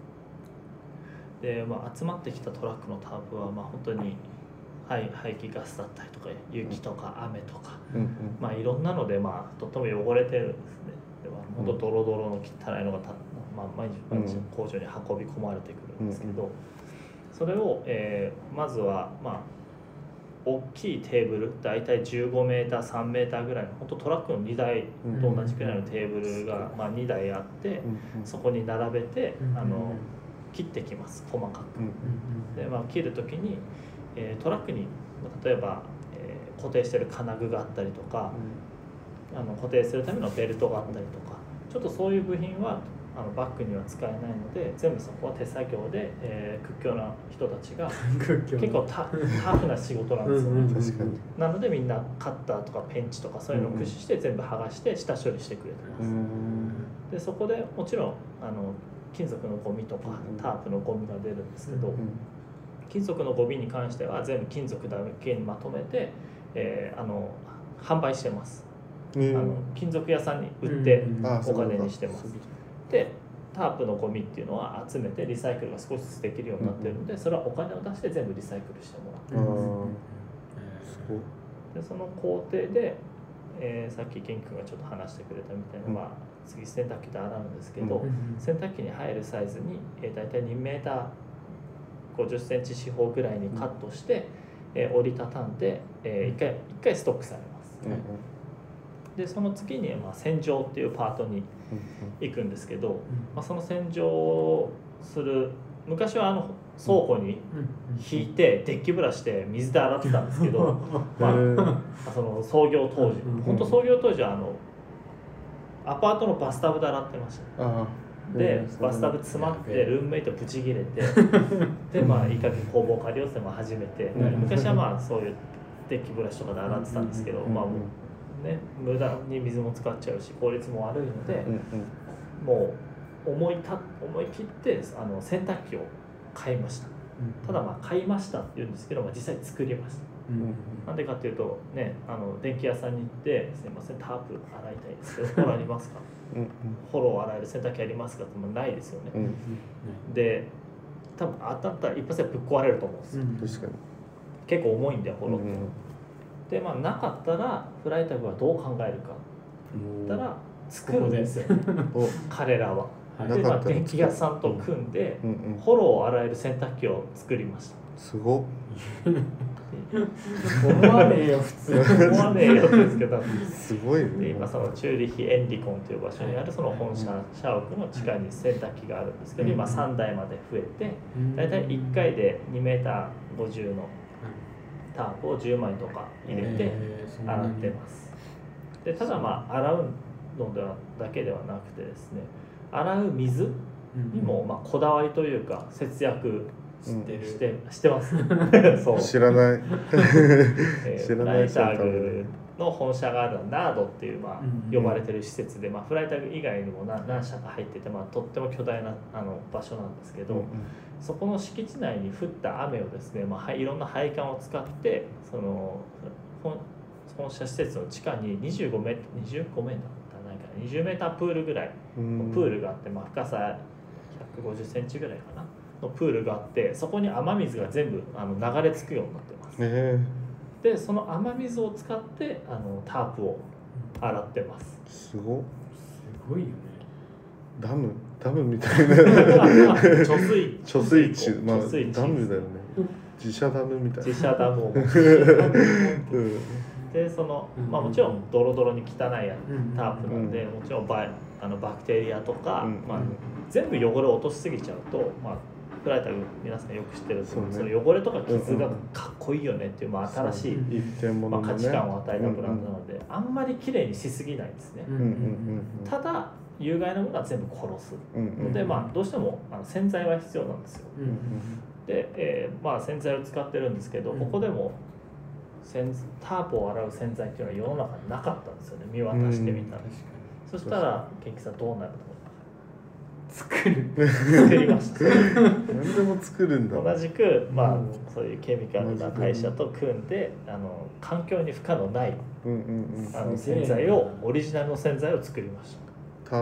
で、集まってきたトラックのタープは、本当に排気ガスだったりとか雪とか雨とか、いろんなので、とっても汚れてるんですね。で本当ドロドロの汚いのが毎日工場に運び込まれてくるんですけど、それを、まずは大きいテーブル、だいたい15メーター3メーターぐらいの本当トラックの荷台と同じくらいのテーブルが2台あって、そこに並べて切ってきます、細かく。で、切る時にトラックに例えば固定してる金具があったりとか、固定するためのベルトがあったりとか、ちょっとそういう部品はバッグには使えないので、全部そこは手作業で、屈強な人たちが結構タフな仕事なんですよね。なのでみんなカッターとかペンチとかそういうのを駆使して全部剥がして下処理してくれてます。でそこでもちろん金属のゴミとかタープのゴミが出るんですけど、金属のゴミに関しては全部金属だけにまとめて、販売してます。金属屋さんに売ってお金にしてます。でタープのゴミっていうのは集めてリサイクルが少しずつできるようになってるので、それはお金を出して全部リサイクルしてもらってます。 でその工程で、さっきケン君がちょっと話してくれたみたいな、まあ、次洗濯機で洗うんですけど、洗濯機に入るサイズに、大体2メーター50センチ四方ぐらいにカットして、折りたたんで、1回ストックされます。でその次に、まあ、洗浄っていうパートに行くんですけど、まあ、その洗浄をする昔は倉庫に引いてデッキブラシで水で洗ってたんですけどまあ、その創業当時、本当創業当時はアパートのバスタブで洗ってました。でバスタブ詰まってルームメイトブチ切れてでまあいい加減工房借り寄せも始めて、昔はまあそういうデッキブラシとかで洗ってたんですけど、まあもうね無駄に水も使っちゃうし効率も悪いので、もう思い切って洗濯機を買いました。ただまあ買いましたって言うんですけど、まあ、実際作りました。なんでかっていうとね、電気屋さんに行って「すいませんタープ洗いたいですけどフォローありますか?」フォロー洗える洗濯機ありますか?ってもないですよね。で多分当たったら一発でぶっ壊れると思うんですよ。確かに結構重いんだよフォローって。でまあなかったらフライタグはどう考えるかって言ったら作るんですよ彼らは。でまあ電気屋さんと組んでフォローを洗える洗濯機を作りました。 すごっ思わねえよ普通思わねえよですけどすごいね。 で今そのチューリヒ・エンリコンという場所にあるその本社社屋の地下に洗濯機があるんですけど、今3台まで増えてだいたい1回で2メーター50のタープを10枚とか入れて洗ってます。でただまあ洗うのだけではなくてですね、洗う水にもまあこだわりというか節約してますそう知らないフライタグの本社があるナードっていう、まあ呼ばれてる施設で、まあ、フライタグ以外にも何社か入ってて、まあ、とっても巨大な場所なんですけど、そこの敷地内に降った雨をですね、まあ、いろんな配管を使ってその本社施設の地下に20メータープールぐらいのプールがあって、まあ、深さ150センチぐらいかなのプールがあって、そこに雨水が全部流れ着くようになってます。でその雨水を使ってタープを洗ってます。 すごいよね。 ダムみたいな貯水池、まあダムだよね。自社ダムみたいな。 自社ダムをでまあ、もちろんドロドロに汚いタープなんで、もちろんバクテリアとか、まあ、全部汚れを落としすぎちゃうと、まあ、フライタグ皆さんよく知ってると思う、その汚れとか傷がかっこいいよねっていう、まあ、新しい、まあ、価値観を与えたブランドなので、あんまり綺麗にしすぎないんですね。ただ有害なものは全部殺すので、まあ、どうしても洗剤は必要なんですよ。で、まあ、洗剤を使ってるんですけど、ここでもタープを洗う洗剤っていうのは世の中になかったんですよね、見渡してみたら。そしたらケンキさんどうなると思いますか？作りました。 何でも作るんだ。 同じく、まあ、そういうケミカルな会社と組んで環境に負荷のない洗剤を、オリジナルの洗剤を作りました。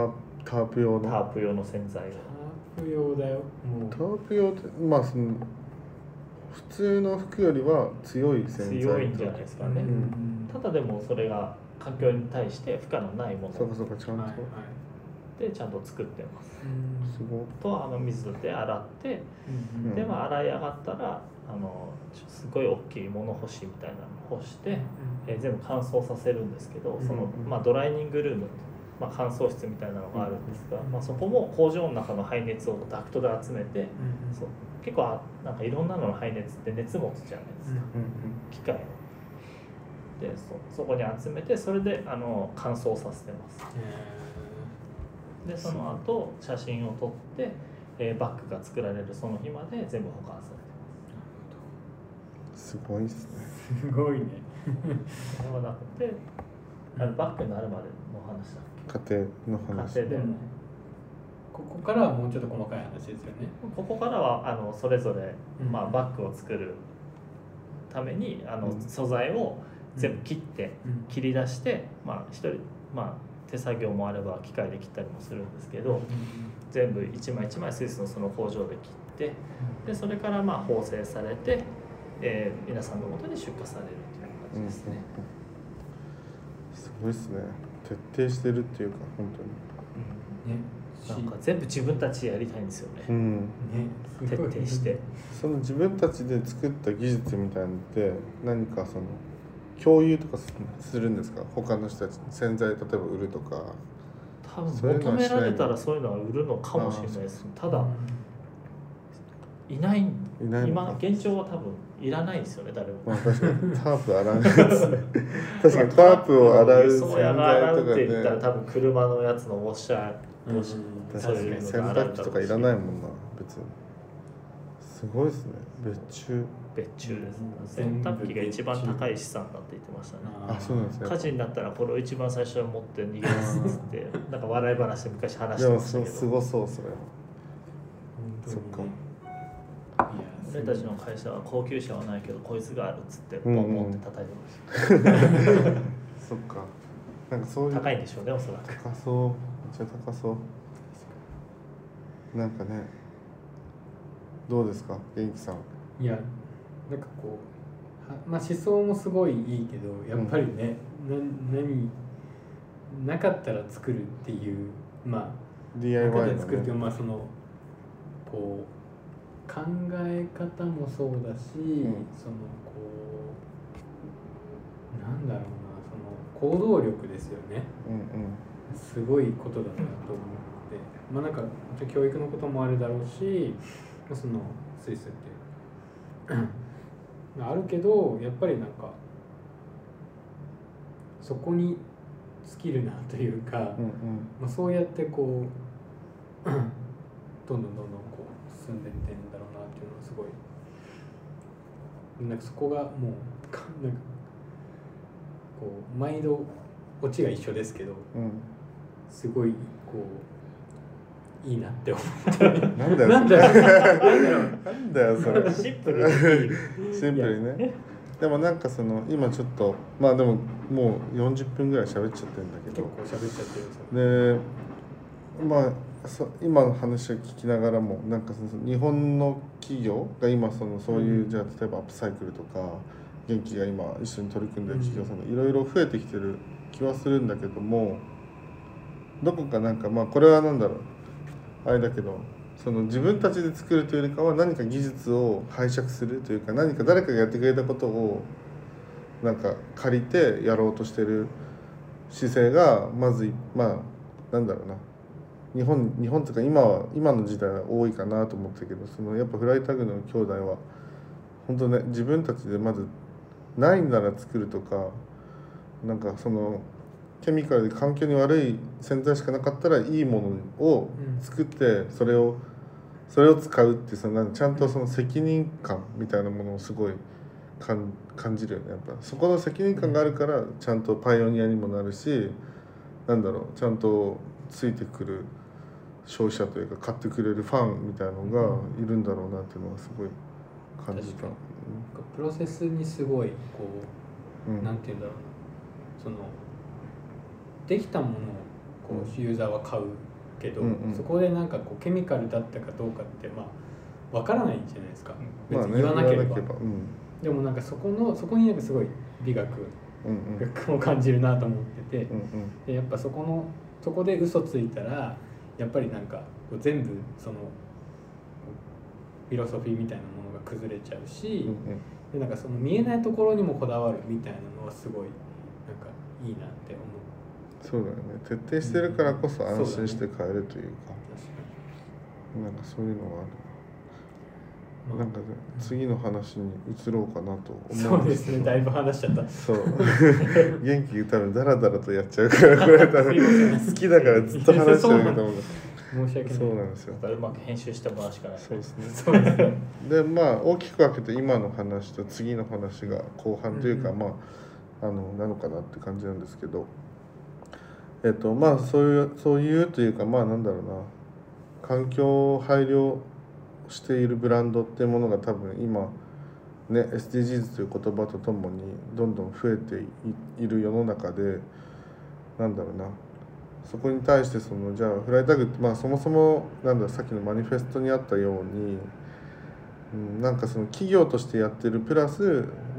タープ用の洗剤を。 タープ用だよ。 タープ用ってまあ普通の服よりは強い洗剤。 強いんじゃないですかね。ただでもそれが環境に対して負荷のないものそうかちゃんと、 でちゃんと作ってます。 すごい。 と雨水で洗って、でまあ洗い上がったらすごい大きい物干しみたいなのを干して、全部乾燥させるんですけど、そのまあドライニングルーム、まあ、乾燥室みたいなのがあるんですが、まあ、そこも工場の中の排熱をダクトで集めて、結構なんかいろんなのの排熱って熱持つじゃないですか、機械の。でそこに集めて、それで乾燥させてます。でその後写真を撮って、バッグが作られるその日まで全部保管されてます。すごいですね。 すごいね。 それはなくてバッグになるまでの話だっけ？ 家庭の話。 家庭で、 ここからはもうちょっと細かい話ですよね。 ここからはそれぞれ、まあ、バッグを作るために素材を全部切り出して、まあ一人、まあ手作業もあれば機械で切ったりもするんですけど、全部一枚一枚スイスのその工場で切って、でそれからまあ縫製されて、皆さんの元に出荷されるというじですね。 すごいですね。徹底してるっていうか本当に。 ね。なんか全部自分たちでやりたいんですよね。徹底して。 その自分たちで作った技術みたいなのって何かその共有とかするんですか？他の人たちに洗剤例えば売るとか。 多分求められたらそういうのは売るのかもしれないです。ただ今現状は多分いらないですよね、誰も。 まあ確かにタープ洗うやつ確かにタープを洗う洗剤とかね。 洗うって言ったら多分車のやつのウォッシャー、 そういう洗濯機とかいらないもんな別に。すごいですね。別注です。洗濯機が一番高い資産だって言ってましたね。 あ、そうなんですね。 火事になったらこれを一番最初に持って逃げますっつってなんか笑い話で昔話してましたけど。 でもすごそうそれ。そっか。 俺たちの会社は高級車はないけどこいつがあるっつってポンポンって叩いてました。 そっか。なんかそういう高いんでしょうね、おそらく。 高そう。めっちゃ高そう。なんかね。どうですか、元気さん。 いや、なんかこうまあ思想もすごいいいけど、やっぱりね、なかったら作るっていうまあ DIY の、ね、 なかったら作るっていうまあそのこう考え方もそうだし、そのこうなんだろうな、その行動力ですよね。すごいことだなと思って、まあなんか教育のこともあるだろうし、そのスイスってあるけど、やっぱりなんかそこに尽きるなというか、まあ、そうやってこうどんどんこう進んでいってんだろうなっていうのはすごい、なんかそこがもうなんかこう毎度オチが一緒ですけど、すごいこういいなって思ってなんだよなんだよそれシンプルにね。でもなんかその今ちょっとまあでももう40分ぐらい喋っちゃってるんだけど、 結構喋っちゃってるんですよ。 でまあ今の話を聞きながらもなんかその日本の企業が今そういう、じゃあ例えばアップサイクルとか元気が今一緒に取り組んでる企業さんがいろいろ増えてきてる気はするんだけども、どこかなんかまあこれはなんだろうあれだけど、その自分たちで作るというよりかは何か技術を拝借するというか、何か誰かがやってくれたことをなんか借りてやろうとしてる姿勢がまずまあなんだろうな、日本とか今の時代は多いかなと思ったけど、そのやっぱフライタグの兄弟は本当ね自分たちでまずないなら作るとか、なんかそのケミカルで環境に悪い洗剤しかなかったらいいものを作ってそれを使うっていう、そのちゃんとその責任感みたいなものをすごい感じるよね。やっぱそこの責任感があるからちゃんとパイオニアにもなるし、なんだろう、ちゃんとついてくる消費者というか買ってくれるファンみたいなのがいるんだろうなっていうのはすごい感じた。 プロセスにすごいこう、なんていうんだろうな、そのできたものをこうユーザーは買うけど、そこでなんかこうケミカルだったかどうかってまあ分からないじゃないですか、別に言わなければ。でもなんかそこになんかすごい美学を感じるなと思ってて、でやっぱそこで嘘ついたらやっぱりなんか全部そのフィロソフィーみたいなものが崩れちゃうし、でなんかその見えないところにもこだわるみたいなのはすごいなんかいいなって思う。 そうだよね。徹底してるからこそ安心して買えるというか、なんかそういうのはある。なんか次の話に移ろうかなと思うんですけど。 そうですね、だいぶ話しちゃった。 そう元気多分ダラダラとやっちゃうからこれ多分好きだからずっと話しちゃうけども申し訳ない。 そうなんですよ。 うまく編集してもらうしかない。 そうですね。 そうですね。 でまあ大きく分けて今の話と次の話が後半というか、まあなのかなって感じなんですけど、まあそういうというか、まあなんだろうな、環境配慮しているブランドっていうものが多分今ね SDGs という言葉とともにどんどん増えている世の中で、なんだろうな、そこに対してじゃあフライタグって、まあそもそもさっきのマニフェストにあったように、なんかその企業としてやってるプラス、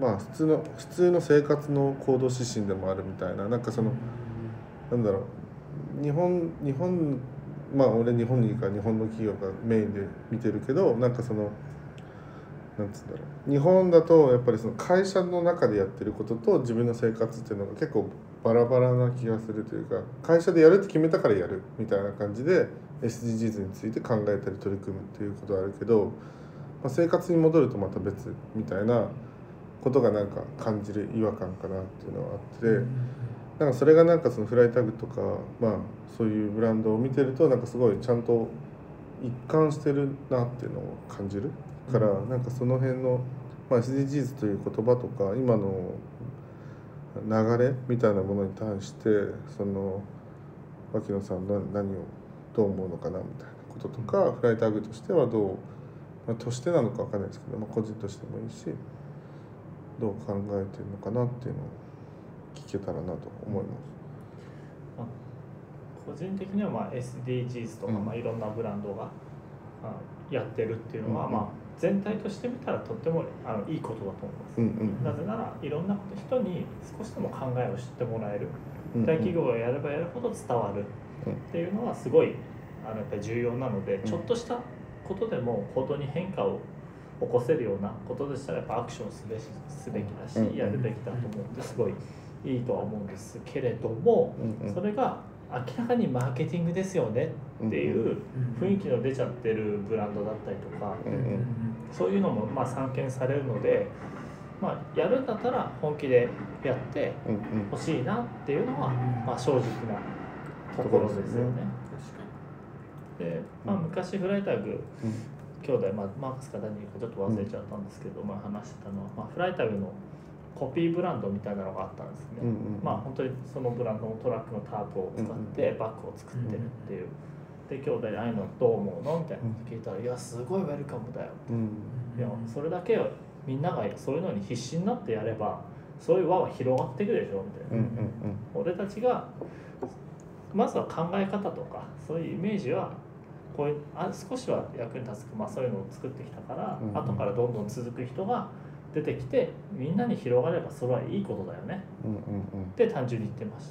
まあ普通の生活の行動指針でもあるみたいな、なんかそのなんだろう、日本まあ俺日本にいるから日本の企業がメインで見てるけど、なんかそのなんつうんだろう、日本だとやっぱりその会社の中でやってることと自分の生活っていうのが結構バラバラな気がするというか、会社でやるって決めたからやるみたいな感じで SDGs について考えたり取り組むっていうことはあるけど、まあ、生活に戻るとまた別みたいなことがなんか感じる違和感かなっていうのはあって、なんかそれがなんかそのフライタグとか、まあそういうブランドを見てるとなんかすごいちゃんと一貫してるなっていうのを感じるから、なんかその辺の、まあ、SDGs という言葉とか今の流れみたいなものに対してその脇野さんが何をどう思うのかなみたいなこととか、フライタグとしてはどう、まあ、としてなのか分かんないですけど、まあ、個人としてもいいしどう考えてるのかなっていうのを聞けたらなと思います。 個人的にはまあ SDGs とか、まあ、いろんなブランドがやってるっていうのは、まあ全体として見たらとってもいいことだと思います。なぜならいろんな人に少しでも考えを知ってもらえる、大企業がやればやるほど伝わるっていうのはすごいやっぱり重要なので、ちょっとしたことでも行動に変化を起こせるようなことでしたらやっぱアクションすべきだし、やるべきだと思うんですごいいいとは思うんですけれども、それが明らかにマーケティングですよねっていう雰囲気の出ちゃってるブランドだったりとか、そういうのもまあ散見されるので、まあ、やるんだったら本気でやってほしいなっていうのはまあ正直なところですよね。で、まあ、昔フライタグ兄弟、まあ、マークスかダニエルかちょっと忘れちゃったんですけど、まあ、話してたのは、まあ、フライタグのコピーブランドみたいなのがあったんですね。まあ本当にそのブランドのトラックのタープを使ってバッグを作ってるっていう。で兄弟でああいうのどう思うのみたいなこと聞いたら、いやすごいウェルカムだよって、いやそれだけみんながそういうのに必死になってやればそういう輪は広がっていくでしょみたいな。俺たちがまずは考え方とかそういうイメージはこういう少しは役に立つ、まあ、そういうのを作ってきたから、後からどんどん続く人が出てきてみんなに広がればそれはいいことだよねって単純に言ってました。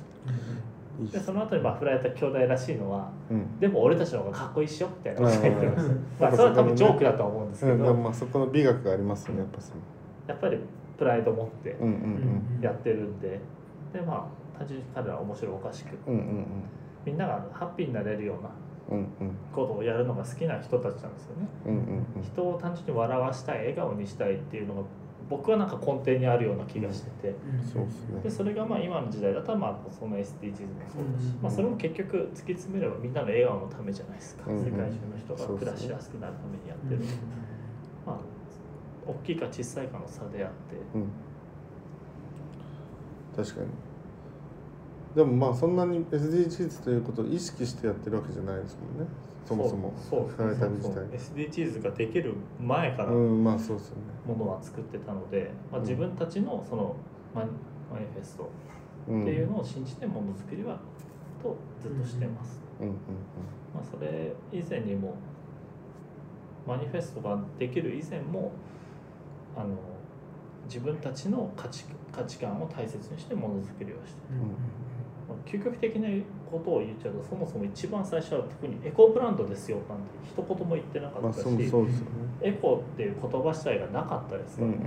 でその後にまあ振られた兄弟らしいのは、でも俺たちの方がかっこいいっしょみたいなことを言ってました。まあそれは多分ジョークだとは思うんですけど、 まあそこの美学がありますよね、 やっぱりプライド持ってやってるんで、でまあ単純に彼らは面白おかしく、みんながハッピーになれるようなことをやるのが好きな人たちなんですよね。人を単純に笑わしたい、笑顔にしたいっていうのが僕はなんか根底にあるような気がしてて、でそれがまあ今の時代だったらまあその SDGs もそうだし、まあそれも結局突き詰めればみんなの笑顔のためじゃないですか。世界中の人が暮らしやすくなるためにやってる。まあ大きいか小さいかの差であって、 確かに。でもまあそんなに SDGs ということを意識してやってるわけじゃないですもんね。そもそもフライタグ自体 SDGs ができる前からものは作ってたので、まあ、自分たちのそのマニフェストっていうのを信じてものづくりはとずっとしてます。まあそれ以前にもマニフェストができる以前も自分たちの価値観を大切にしてものづくりをして、究極的なことを言っちゃうとそもそも一番最初は特にエコブランドですよなんて一言も言ってなかったし、エコっていう言葉自体がなかったですから、単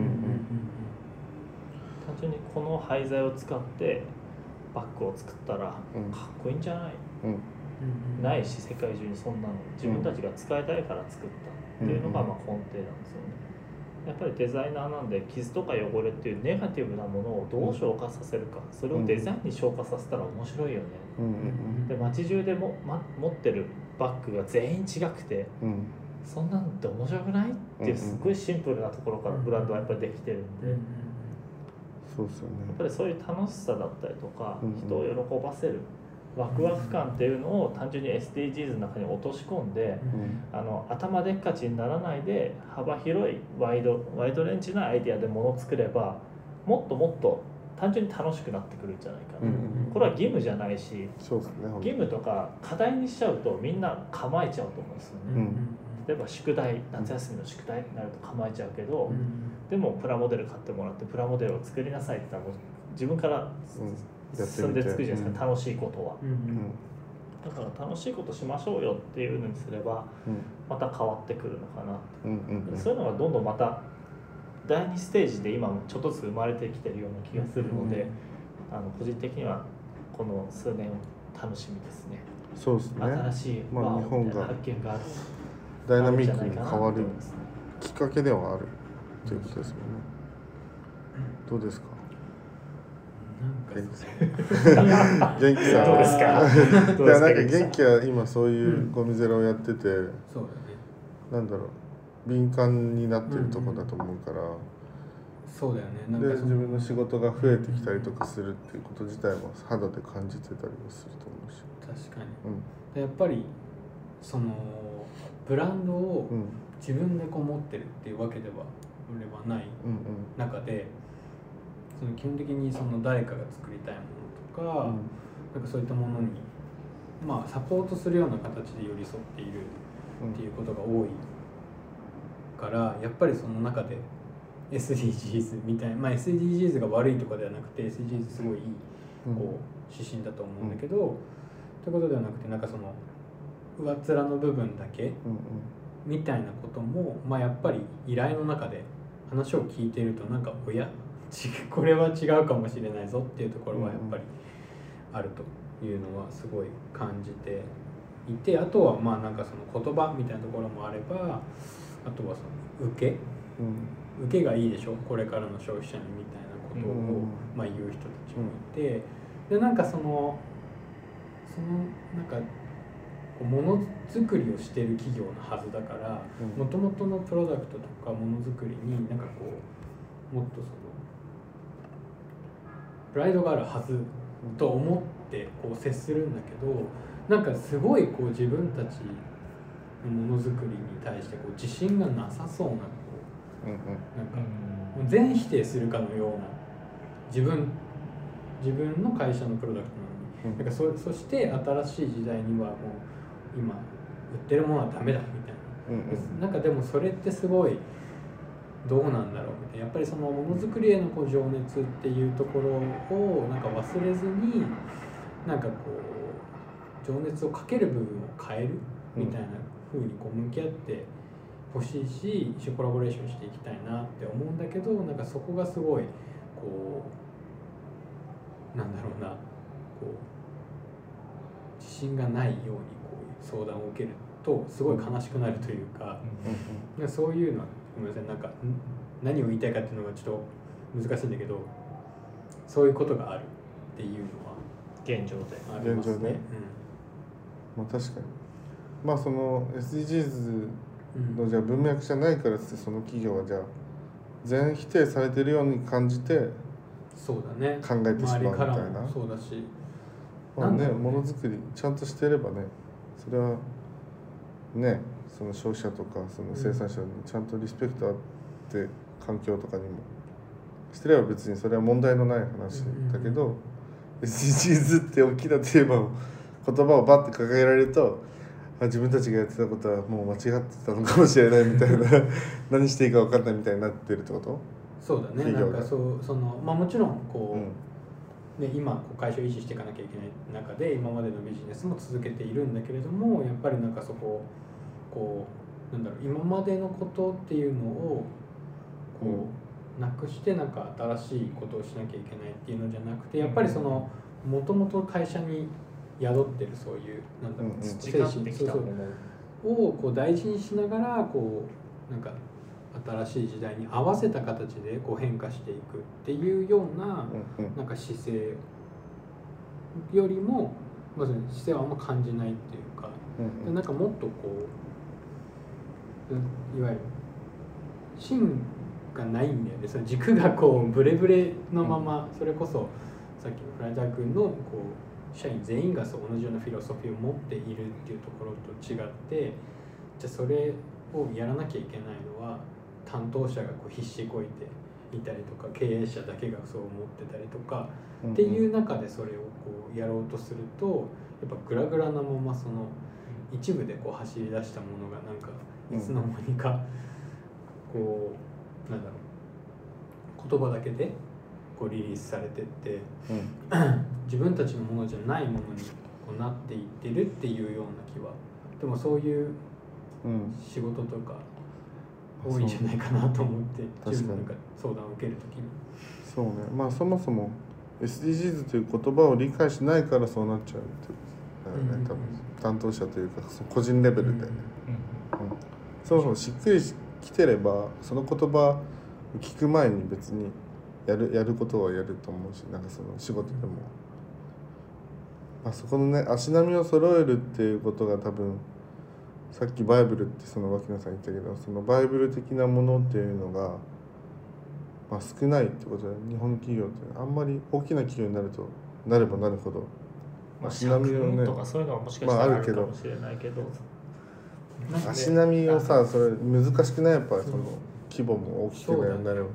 純にこの廃材を使ってバッグを作ったらかっこいいんじゃない、ないし世界中にそんなの自分たちが使いたいから作ったっていうのがまあ根底なんですよね。やっぱりデザイナーなんで傷とか汚れっていうネガティブなものをどう消化させるか、それをデザインに消化させたら面白いよね。で街中でも、持ってるバッグが全員違くて、そんなんって面白くないっていうすごいシンプルなところからブランドはやっぱりできてるんで、 そうですよね。 やっぱりそういう楽しさだったりとか、人を喜ばせるワクワク感っていうのを単純に SDGs の中に落とし込んで、頭でっかちにならないで幅広いワイドレンジなアイデアでものを作ればもっともっと単純に楽しくなってくるんじゃないかな、これは義務じゃないし、義務とか課題にしちゃうとみんな構えちゃうと思うんですよね。 例えば夏休みの宿題になると構えちゃうけど、でもプラモデル買ってもらってプラモデルを作りなさいって言ったらもう自分から進んで作るじゃないですか、楽しいことは。だから楽しいことしましょうよっていうのにすればまた変わってくるのかな、そういうのがどんどんまた第2ステージで今もちょっとずつ生まれてきてるような気がするので、個人的にはこの数年楽しみですね。 そうですね。 新しい日本が発見がある、 ダイナミックに変わるきっかけではあるということですよね。どうですか？元気さんどうですか？ いやなんか元気は今そういうゴミゼロをやってて、 そうだね、 なんだろう、敏感になってるところだと思うから、 そうだよね。なんでか自分の仕事が増えてきたりとかするっていうこと自体も肌で感じてたりもすると思うし、 確かに、やっぱりそのブランドを自分でこう持ってるっていうわけでは俺はない中で、その基本的にその誰かが作りたいものとか、なんかそういったものにサポートするような形で寄り添っているっていうことが多いから、やっぱりその中で SDGs みたいな、SDGs が悪いとかではなくて SDGs すごいいいこう指針だと思うんだけど、ってことではなくて、なんかその上っ面の部分だけみたいなことも、やっぱり依頼の中で話を聞いていると、なんかこれは違うかもしれないぞっていうところはやっぱりあるというのはすごい感じていて、あとはなんかその言葉みたいなところもあれば、あとはその受けがいいでしょ、これからの消費者にみたいなことを言う人たちもいて、でなんかそのなんかものづくりをしている企業のはずだから、もともとのプロダクトとかものづくりになんかこうもっとそのプライドがあるはずと思ってこう接するんだけど、なんかすごいこう自分たちのものづくりに対してこう自信がなさそうな、なんか全否定するかのような自分の会社のプロダクトなのに、なんかそして新しい時代にはもう今売ってるものはダメだみたいな、なんかでもそれってすごいどうなんだろうみたいな、やっぱりそのものづくりへのこう情熱っていうところをなんか忘れずに、なんかこう情熱をかける部分を変えるみたいな風にこう向き合ってほしいし、一緒にコラボレーションしていきたいなって思うんだけど、なんかそこがすごいこうなんだろうな、こう自信がないようにこういう相談を受けるとすごい悲しくなるというか、そういうのはごめんなさい、なんか何を言いたいかっていうのがちょっと難しいんだけど、そういうことがあるっていうのは現状でありますね。 確かにその SDGs のじゃあ文脈じゃないからって、その企業はじゃあ全否定されてるように感じてそうだね、 考えてしまうみたいな。 そうだし、 ものづくりちゃんとしてればね、それはね、その消費者とかその生産者にちゃんとリスペクトあって環境とかにもしてれば別にそれは問題のない話だけど、SDGs って大きなテーマを言葉をバッて掲げられると、自分たちがやってたことはもう間違ってたのかもしれないみたいな何していいか分かんないみたいになってるってこと？ そうだね。なんかそのもちろんこう、今こう会社を維持していかなきゃいけない中で今までのビジネスも続けているんだけれども、やっぱりなんかそこをこう今までのことっていうのをこうなくして、なんか新しいことをしなきゃいけないっていうのじゃなくて、やっぱりそのもともと会社に宿ってるそういう精神をこう大事にしながら、こうなんか新しい時代に合わせた形でこう変化していくっていうようななんか姿勢よりも、まず姿勢はあんま感じないっていうか、なんかもっとこういわゆる芯がないんだよね。その軸がこうブレブレのまま、それこそさっきのフライダー君のこう社員全員が同じようなフィロソフィーを持っているっていうところと違って、じゃあそれをやらなきゃいけないのは担当者がこう必死こいていたりとか、経営者だけがそう思ってたりとかっていう中でそれをこうやろうとすると、やっぱグラグラなままその一部でこう走り出したものがなんかいつの間にかこうなんだろう言葉だけでこうリリースされてって、自分たちのものじゃないものにこうなっていってるっていうような気は、でもそういう仕事とか多いんじゃないかなと思って、自分が相談を受けるときに。 そうね、まあそもそも SDGs という言葉を理解しないからそうなっちゃうっていうだよね、多分担当者というか個人レベルで、そもそもしっくりきてればその言葉を聞く前に別にやることはやると思うし、なんかその仕事でも、まあ、そこのね足並みを揃えるっていうことが多分さっきバイブルってその脇野さん言ったけど、そのバイブル的なものっていうのが、まあ、少ないってことで、日本企業ってあんまり大きな企業になるとなればなるほど、 足並みをねとかそういうのはもしかしたらあるかもしれないけど、 足並みをさ、それ難しくない？やっぱりその規模も大きくなるほど。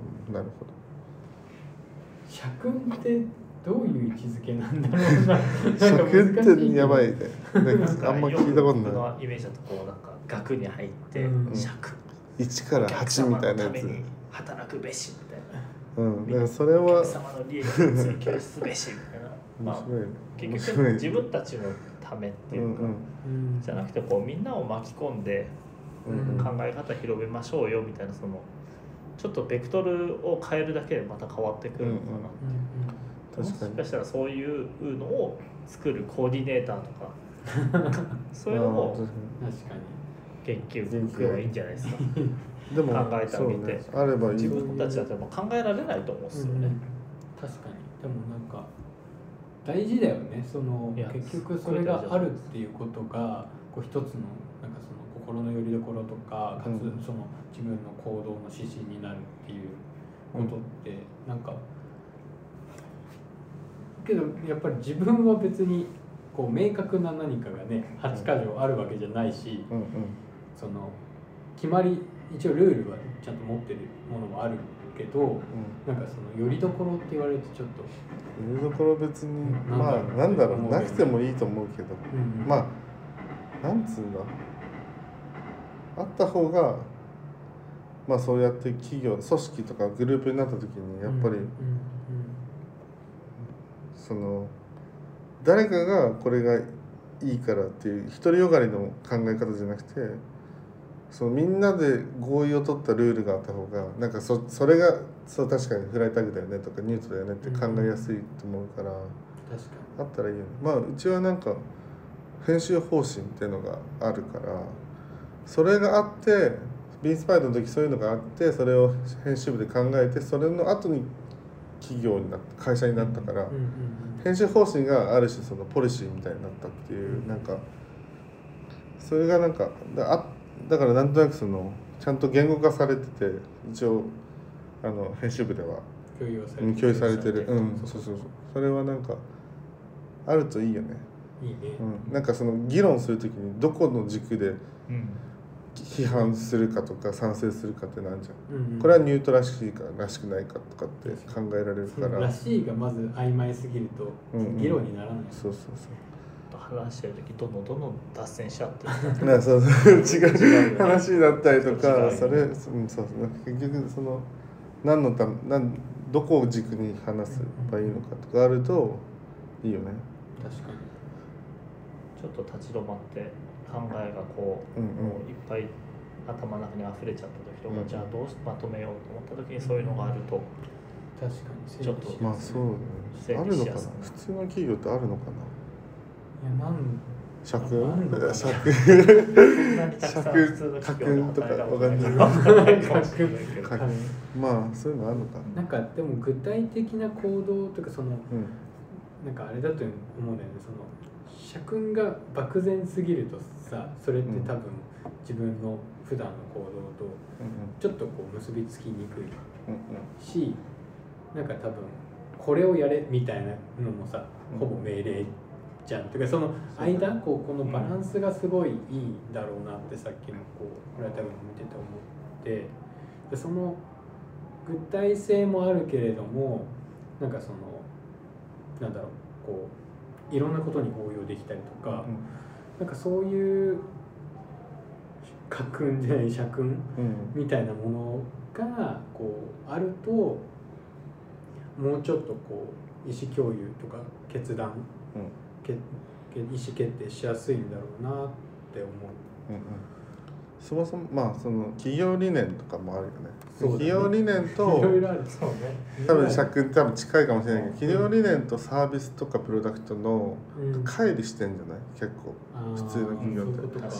社訓ってどういう位置づけなんだろうな。 社訓ってやばいね。あんま聞いたことない。 僕のイメージだとこうなんか学に入って社訓 1から8みたいなやつ。 働くべしみたいな。 だからそれはお客様の利益を追求すべしみたいな。まあ結局自分たちのためっていうか、じゃなくてこうみんなを巻き込んで考え方広めましょうよみたいな、そのちょっとベクトルを変えるだけでまた変わってくるのかなって。もしかしたらそういうのを作るコーディネーターとかそういうのも研究くらいいいんじゃないですか。 でも考えてあげて、 あればいい。 自分たちだと考えられないと思うんですよね。 確かに。でもなんか大事だよね。その結局それがあるっていうことがこう一つのなんかその心の拠り所とか、かつその自分の行動の指針になるっていうことってなんか、けどやっぱり自分は別にこう明確な何かがね8か条あるわけじゃないし、その決まり一応ルールはちゃんと持ってるものもあるけど、なんかそのよりどころって言われるとちょっとよりどころ別にまあなんだろう、なくてもいいと思うけど、まあなんつうんだ、あった方がまあそうやって企業組織とかグループになった時にやっぱりその誰かがこれがいいからっていう独りよがりの考え方じゃなくて、そのみんなで合意を取ったルールがあった方がなんかそれがそう確かにフライタグだよねとかニュートだよねって考えやすいと思うから、あったらいいよね。まあうちはなんか編集方針っていうのがあるから、それがあってビンスパイドの時そういうのがあって、それを編集部で考えて、それの後に企業になった会社になったから、編集方針がある種そのポリシーみたいになったっていう、なんかそれがなんかだからなんとなくそのちゃんと言語化されてて、一応編集部では共有されてる。そうそれはなんかあるといいよね。 いいね。 なんかその議論するときにどこの軸で批判するかとか賛成するかってなんじゃん。これはニュートらしいかららしくないかとかって考えられるから。 らしいがまず曖昧すぎると議論にならない。 そう話してる時どんどん脱線しちゃってそう違う話だったりとか、それそう結局そのどこを軸に話せばいいのかとかあるといいよね。 確かに。 ちょっと立ち止まって考えがこう、もういっぱい頭の中に溢れちゃった時とか、じゃあどうまとめようと思った時にそういうのがあると、 確かにちょっとまあそうね。あるのかな。普通の企業ってあるのかな。 いや社訓とかわかんないまあそういうのあるのかな。 なんかでも具体的な行動とかその、なんかあれだと思うんだよね。その社訓が漠然すぎるとさ、それって多分自分の普段の行動とちょっとこう結びつきにくいし、なんか多分これをやれみたいなのもさ、ほぼ命令じゃん。というかその間このバランスがすごいいいだろうなってさっきのこうフライタグの見てて思って、でその具体性もあるけれども、なんかそのなんだろう、こういろんなことに応用できたりとか、なんかそういう家訓じゃない社訓みたいなものがこうあると、もうちょっとこう意思共有とか決断、意思決定しやすいんだろうなって思う。 そもそもまあその企業理念とかもあるよね。企業理念といろいろある。そうね。 多分社訓多分近いかもしれないけど、企業理念とサービスとかプロダクトの乖離してんじゃない？結構普通の企業って。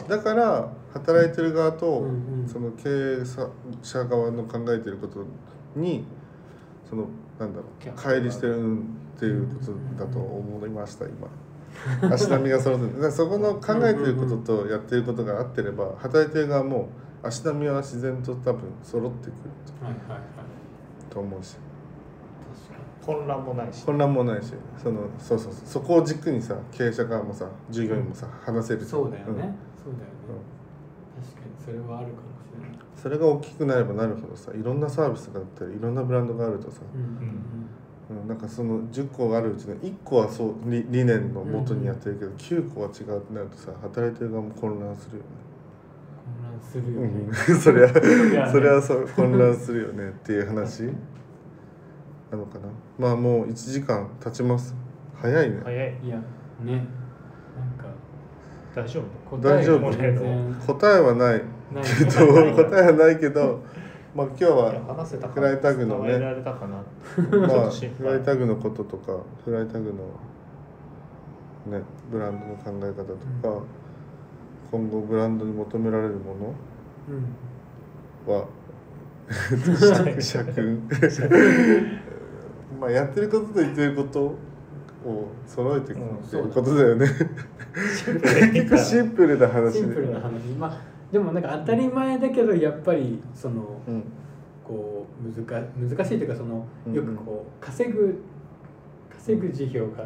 だから働いてる側とその経営者側の考えてることにそのなんだろう乖離してるっていうことだと思いました今。足並みが揃ってる。そこの考えてることとやってることが合ってれば、働いてる側も足並みは自然と多分揃ってくると思うし、 混乱もないしそこを軸にさ経営者側もさ従業員もさ話せる。 そうだよね、そうだよね、確かにそれはあるかもしれない。 それが大きくなればなるほどさ、いろんなサービスがあったりいろんなブランドがあるとさ、なんかその10個あるうちの1個はそう理念のもとにやってるけど、9個は違うってなるとさ、働いてる側も混乱するよね。 混乱するよね。 それはそう混乱するよねっていう話なのかな。まあもう1時間経ちます。早いね。 早い。 いやね、なんか大丈夫？ 答えはないけど答えはないけど。まあ今日はフライタグのね、フライタグのこととかフライタグのねブランドの考え方とか、今後ブランドに求められるものは社訓まあやってることと言ってることを揃えていくっていうことだよね。シンプルな話。 シンプルな話。まあでもなんか当たり前だけどやっぱりその、こう難しいというか、そのよくこう稼ぐ事業があって、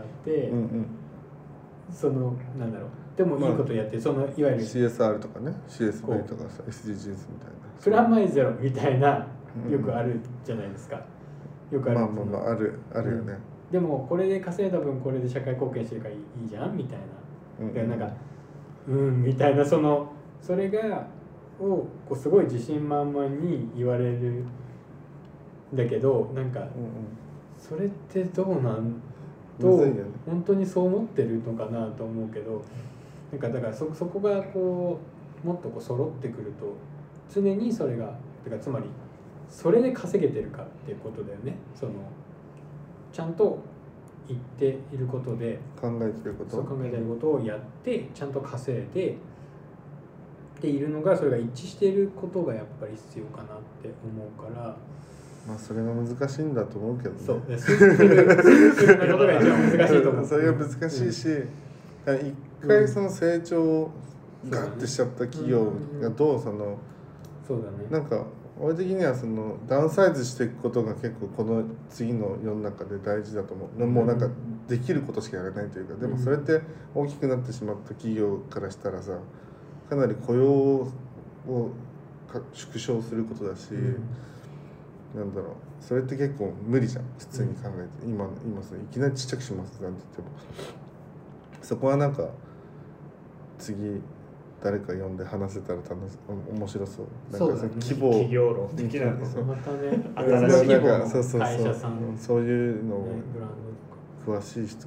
そのなんだろう、でもいいことやって、そのいわゆる CSR とかね CSV とかさ SDGs みたいなプラマイゼロみたいなよくあるじゃないですか。よくある。 まああるよね。 でもこれで稼いだ分これで社会貢献してるからいいじゃんみたいな、でなんかみたいなそれがこうすごい自信満々に言われるんだけど、なんかそれってどうなんと本当にそう思ってるのかなと思うけど、なんかだからそこがこうもっとこう揃ってくると常にそれがつまりそれで稼げてるかっていうことだよね。そのちゃんと言っていることで考えてることをやってちゃんと稼いでっているのが、それが一致していることがやっぱり必要かなって思うから、 まあそれが難しいんだと思うけどね。 そうシンプルなことが一番難しいと思う。 それが難しいし、一回その成長をガッてしちゃった企業がどうそうだね。 なんか俺的にはそのダウンサイズしていくことが結構この次の世の中で大事だと思う。もうなんかできることしかやらないというか、でもそれって大きくなってしまった企業からしたらさ、かなり雇用を縮小することだし、なんだろう、それって結構無理じゃん普通に考えて。今さいきなりちっちゃくしますなんて言っても、そこはなんか次誰か呼んで話せたら面白そう。なんかその規模企業論的なまたね新しい規模の会社さん、 そういうのをブランドとか詳しい人。 確か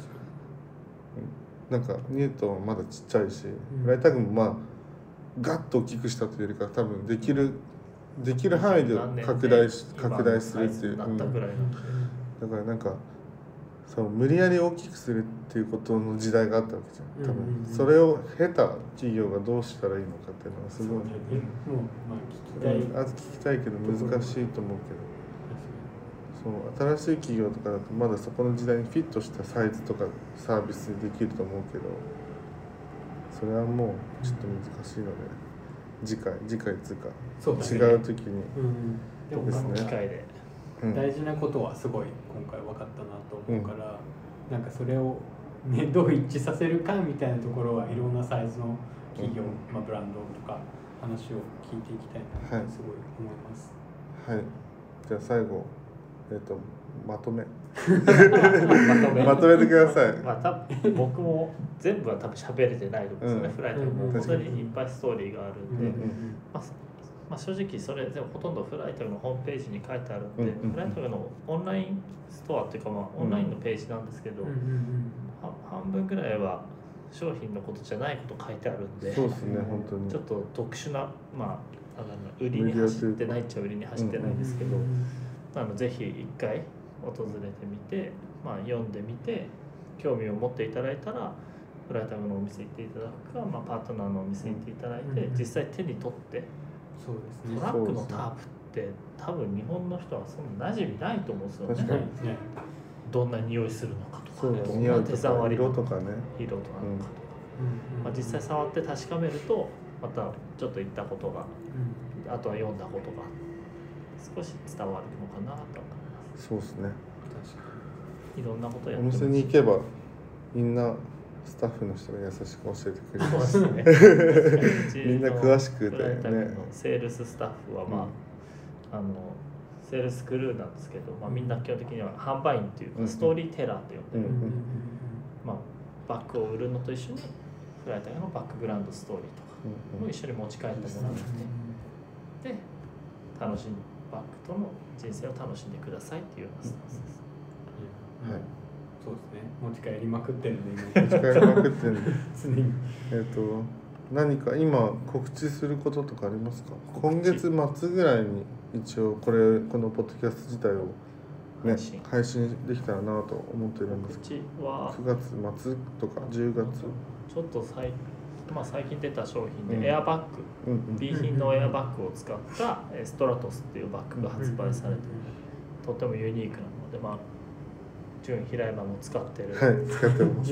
なんかニュートンはまだちっちゃいし、フライタグもまあガッと大きくしたというよりか多分できる範囲で拡大するっていう、だからなんかそう無理やり大きくするっていうことの時代があったわけじゃん多分。それを経た企業がどうしたらいいのかっていうのはすごいもうまあ聞きたいけど難しいと思うけど、そう新しい企業とかだとまだそこの時代にフィットしたサイズとかサービスできると思うけど、それはもうちょっと難しいので、次回つうか違う時にですね。機会で大事なことはすごい今回分かったなと思うから、なんかそれをねどう一致させるかみたいなところはいろんなサイズの企業、ブランドとか話を聞いていきたいなとすごい思います。 はい、じゃあ最後まとめまとめてください。 僕も全部は多分喋れてないと思うんですよね、フライタグも本当にいっぱいストーリーがあるんで、正直それでもほとんどフライタグのホームページに書いてあるんで、フライタグのオンラインストアっていうか、オンラインのページなんですけど、半分ぐらいは商品のことじゃないこと書いてあるんで、 そうですね、本当にちょっと特殊な、売りに走ってないっちゃ売りに走ってないんですけど、ぜひ一回訪れてみて、読んでみて興味を持っていただいたらフライタグのお店行っていただくか、パートナーのお店行っていただいて、実際手に取ってそうですね、 トラックのタープって多分日本の人はそんな馴染みないと思うんですよね。 確かにどんな匂いするのかとか、 どんな手触り色とかね、 色とか実際触って確かめるとまたちょっと言ったことが、あとは読んだことが少し伝わるのかなと思います。 そうですね。 確かにいろんなことやってお店に行けばみんなスタッフの人が優しく教えてくれる。 そうですね。 みんな詳しくてね。セールススタッフはセールスクルーなんですけど、みんな基本的には販売員っていうかストーリーテラーと呼んでる、バッグを売るのと一緒にフライタグのバックグラウンドストーリーとかを一緒に持ち帰ってもらってでバッグとの人生を楽しんでくださいっていうようなスタンスです。 はい、そうですね。持ち帰りまくってるんで持ち帰りまくってるんで常に何か今告知することとかありますか？今月末ぐらいに一応このポッドキャスト自体を、ね、配信できたらなと思ってるんですけど、9月末とか10月ちょっと最近出た商品でエアバッグ、B 品のエアバッグを使ったストラトスっていうバッグが発売されてとてもユニークなので、純平山も使ってる、 はい、使ってます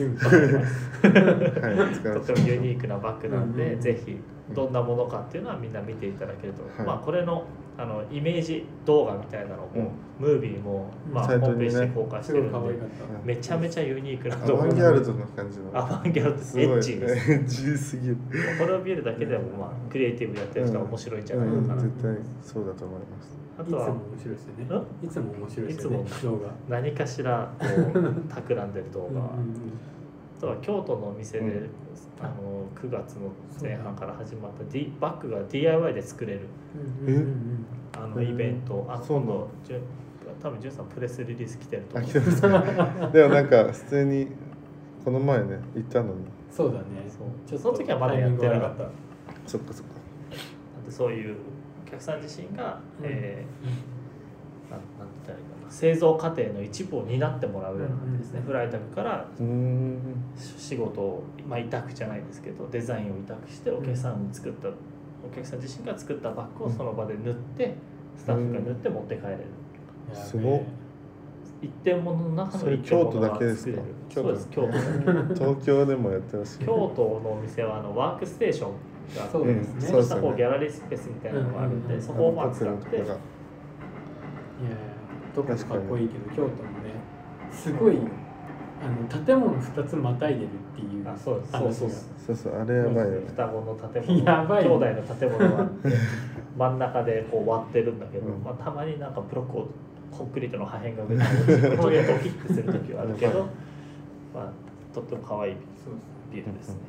とてもユニークなバッグなんで、ぜひどんなものかっていうのはみんな見ていただけると、これのイメージ動画みたいなのも、ムービーも、ホームページで公開してるんで、めちゃめちゃユニークな動画、 アバンギャルドな感じの、 アバンギャルドってエッチです。 エッチすぎる。 これを見るだけでもクリエイティブやってる人は面白いんじゃないのかな。 絶対そうだと思います。 あとは面白いですよね。いつも面白いですよね。動画。 何かしら企んでる動画。あとは京都のお店で9月の前半から始まったバッグが DIY で作れるイベント。今度多分ジュンさんプレスリリース来てると思う。 でもなんか普通にこの前ね行ったのに。 そうだね。 その時はまだやってなかった。 そっかそっか。 そういうお客さん自身がなんて言ったらいいかな、製造過程の一部を担ってもらうような感じですね。フライタグから仕事を委託じゃないですけどデザインを委託してお客さん自身が作ったバッグをその場で縫ってスタッフが縫って持って帰れる。 すごい。 一点物の中の一点京都物がだけですか？ そうです、京都だけ。 東京でもやってほしい。 京都のお店はワークステーションがあって、そうしたギャラリースペースみたいなのがあるんで、そこを使って。 どこもかっこいいけど京都もねすごい建物2つまたいでるっていう話がそうあれやばいよね。 双子の建物、兄弟の建物があって真ん中でこう割ってるんだけど、たまになんかブロックをコンクリートの破片が上に落ちてちょっとドキッとする時はあるけどとっても可愛いビルですね。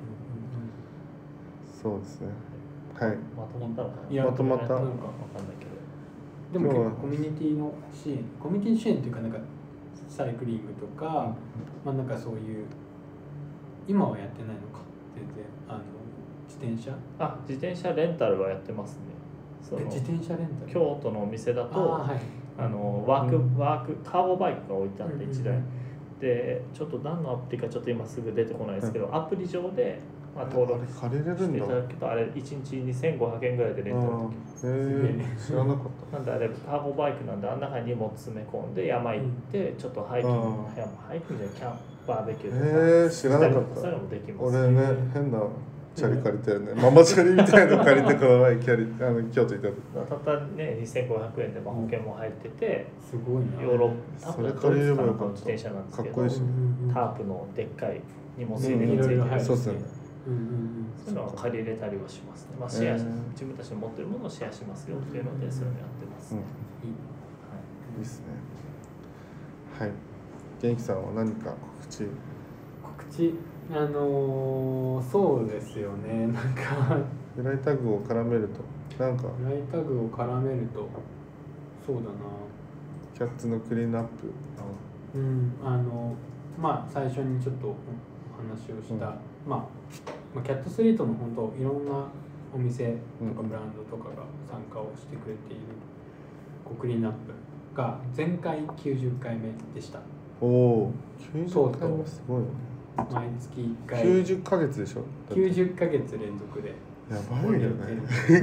そうですね。はい。 まとまったのかな。 まとまった。 なんかわかんないけど。 でも結構コミュニティの支援、コミュニティ支援っていうかなんかサイクリングとか、なんかそういう今はやってないのか全然自転車レンタルはやってますね。 自転車レンタル。 京都のお店だとワークカーボバイクが置いてあって1台でちょっと何のアプリかちょっと今すぐ出てこないですけど、アプリ上で登録していただくとあれ1日2500円ぐらいでレンタルできます。 知らなかった。 なんであれカーボバイクなんであん中に荷物詰め込んで山行ってちょっとハイキングでバーベキューとか知らなかった。 そういうのもできます。 俺ね変なチャリ借りたよね。ママチャリみたいなの借りてこの前京都行ったたったね2500円で保険も入ってて、 すごいな。 ヨーロッパそれ借りればよかった。 自転車なんですけど、 かっこいいし、 タープのでっかい荷物入れについてる。 そうですね。 そういうのは借りれたりはしますね。シェア自分たちの持ってるものをシェアしますよっていうのでそういうのやってますね。 いいですね。 はい。元気さんは何か告知そうですよね。なんかライタグを絡めるとライタグを絡めるとそうだな。 キャッツのクリーンアップ。 まあ最初にちょっとお話をした、まあキャットストリートの本当いろんなお店とかブランドとかが参加をしてくれているクリーンアップが前回90回目でした。 おお、90回もすごいよね。 毎月1回 90ヶ月でしょ。 90ヶ月連続でやばいよね。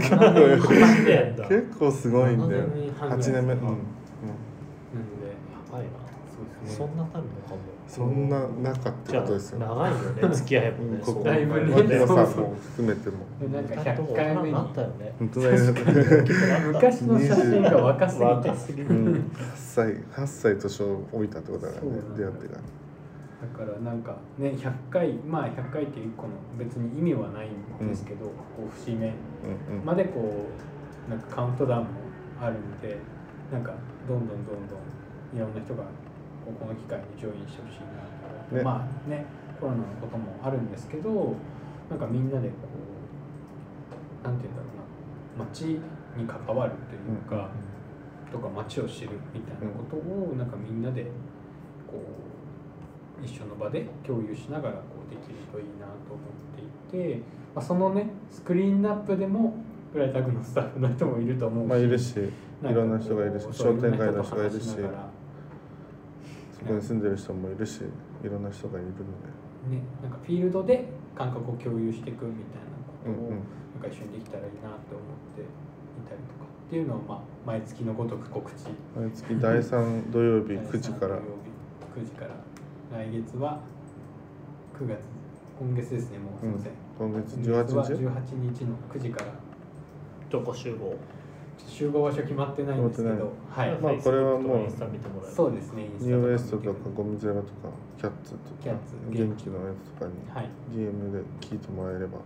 結構すごいんだよ。8年目。なのでやばいな。そんな経るのかも。 そんな中ってことですよ。 長いよね。付き合いもね。 だいぶね。 皆さんも含めても。 なんか100回目になったよね。 本当だよ。 昔の写真が若すぎて。 8歳年を置いたってことだからね。出会ってから。 だからなんかね100回まあ100回っていう1個の別に意味はないんですけど、こう節目までこうなんかカウントダウンもあるので、なんかどんどんいろんな人がこの機会にジョインしてほしいなと、まあねコロナのこともあるんですけど、なんかみんなでこうなんていうんだろうな、街に関わるというか、とか街を知るみたいなことをなんかみんなでこう一緒の場で共有しながらこうできるといいなと思っていて、そのねスクリーンアップでもフライタグのスタッフの人もいると思うし、 いるし、いろんな人がいるし、商店街の人がいるし、そこに住んでる人もいるし、いろんな人がいるので、ね、なんかフィールドで感覚を共有していくみたいなことをなんか一緒にできたらいいなと思っていたりとかっていうのを毎月のごとく告知。 毎月第3土曜日9時から。 来月は9月、今月ですね、もうすみません。 今月18日 18日の9時から。 どこ集合？ 集合場所決まってないんですけど、 はい。 まあこれはもうそうですね。 ニューウエストとかゴミゼラとかキャッツとか元気のやつとかに DM で聞いてもらえれば。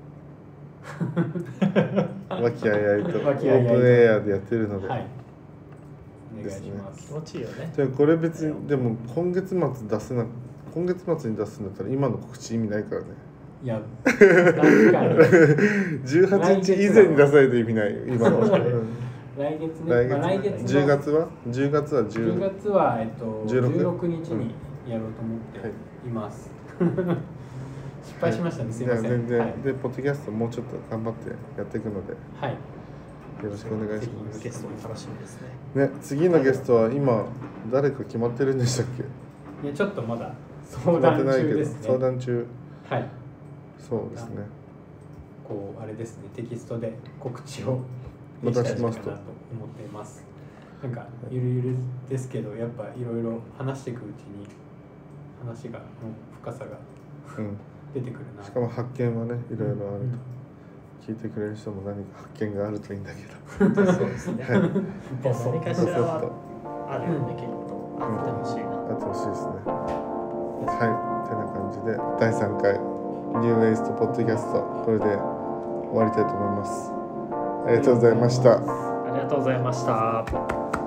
和気あいあいとオープンエアでやってるので。 お願いします。 気持ちいいよね。 じゃあこれ別にでも今月末に出すんだったら今の告知意味ないからね。 いや確かに 18日以前に出さないと意味ないよ今の。 来月ね。来月 10月は 16日にやろうと思っています。失敗しましたね、すいません。 全然でポッドキャストもうちょっと頑張ってやっていくので。はい。よろしくお願いします。 ゲストも楽しみですね。ね、次のゲストは今誰か決まってるんでしたっけ？ いやちょっとまだ相談中ですね。 相談中。 はい。 そうですね。 こうあれですね、テキストで告知をできたらいいかなと思っています。なんかゆるゆるですけど、やっぱいろいろ話していくうちに話が深さが出てくるな。 しかも発見はね、いろいろあると。聞いてくれる人も何か発見があるといいんだけど。 そうですね。何かしらはあるよね、きっと。あってほしいな。 あってほしいですね。はい、てな感じで第3回ニューウェイストポッドキャストこれで終わりたいと思います。ありがとうございました。 ありがとうございました。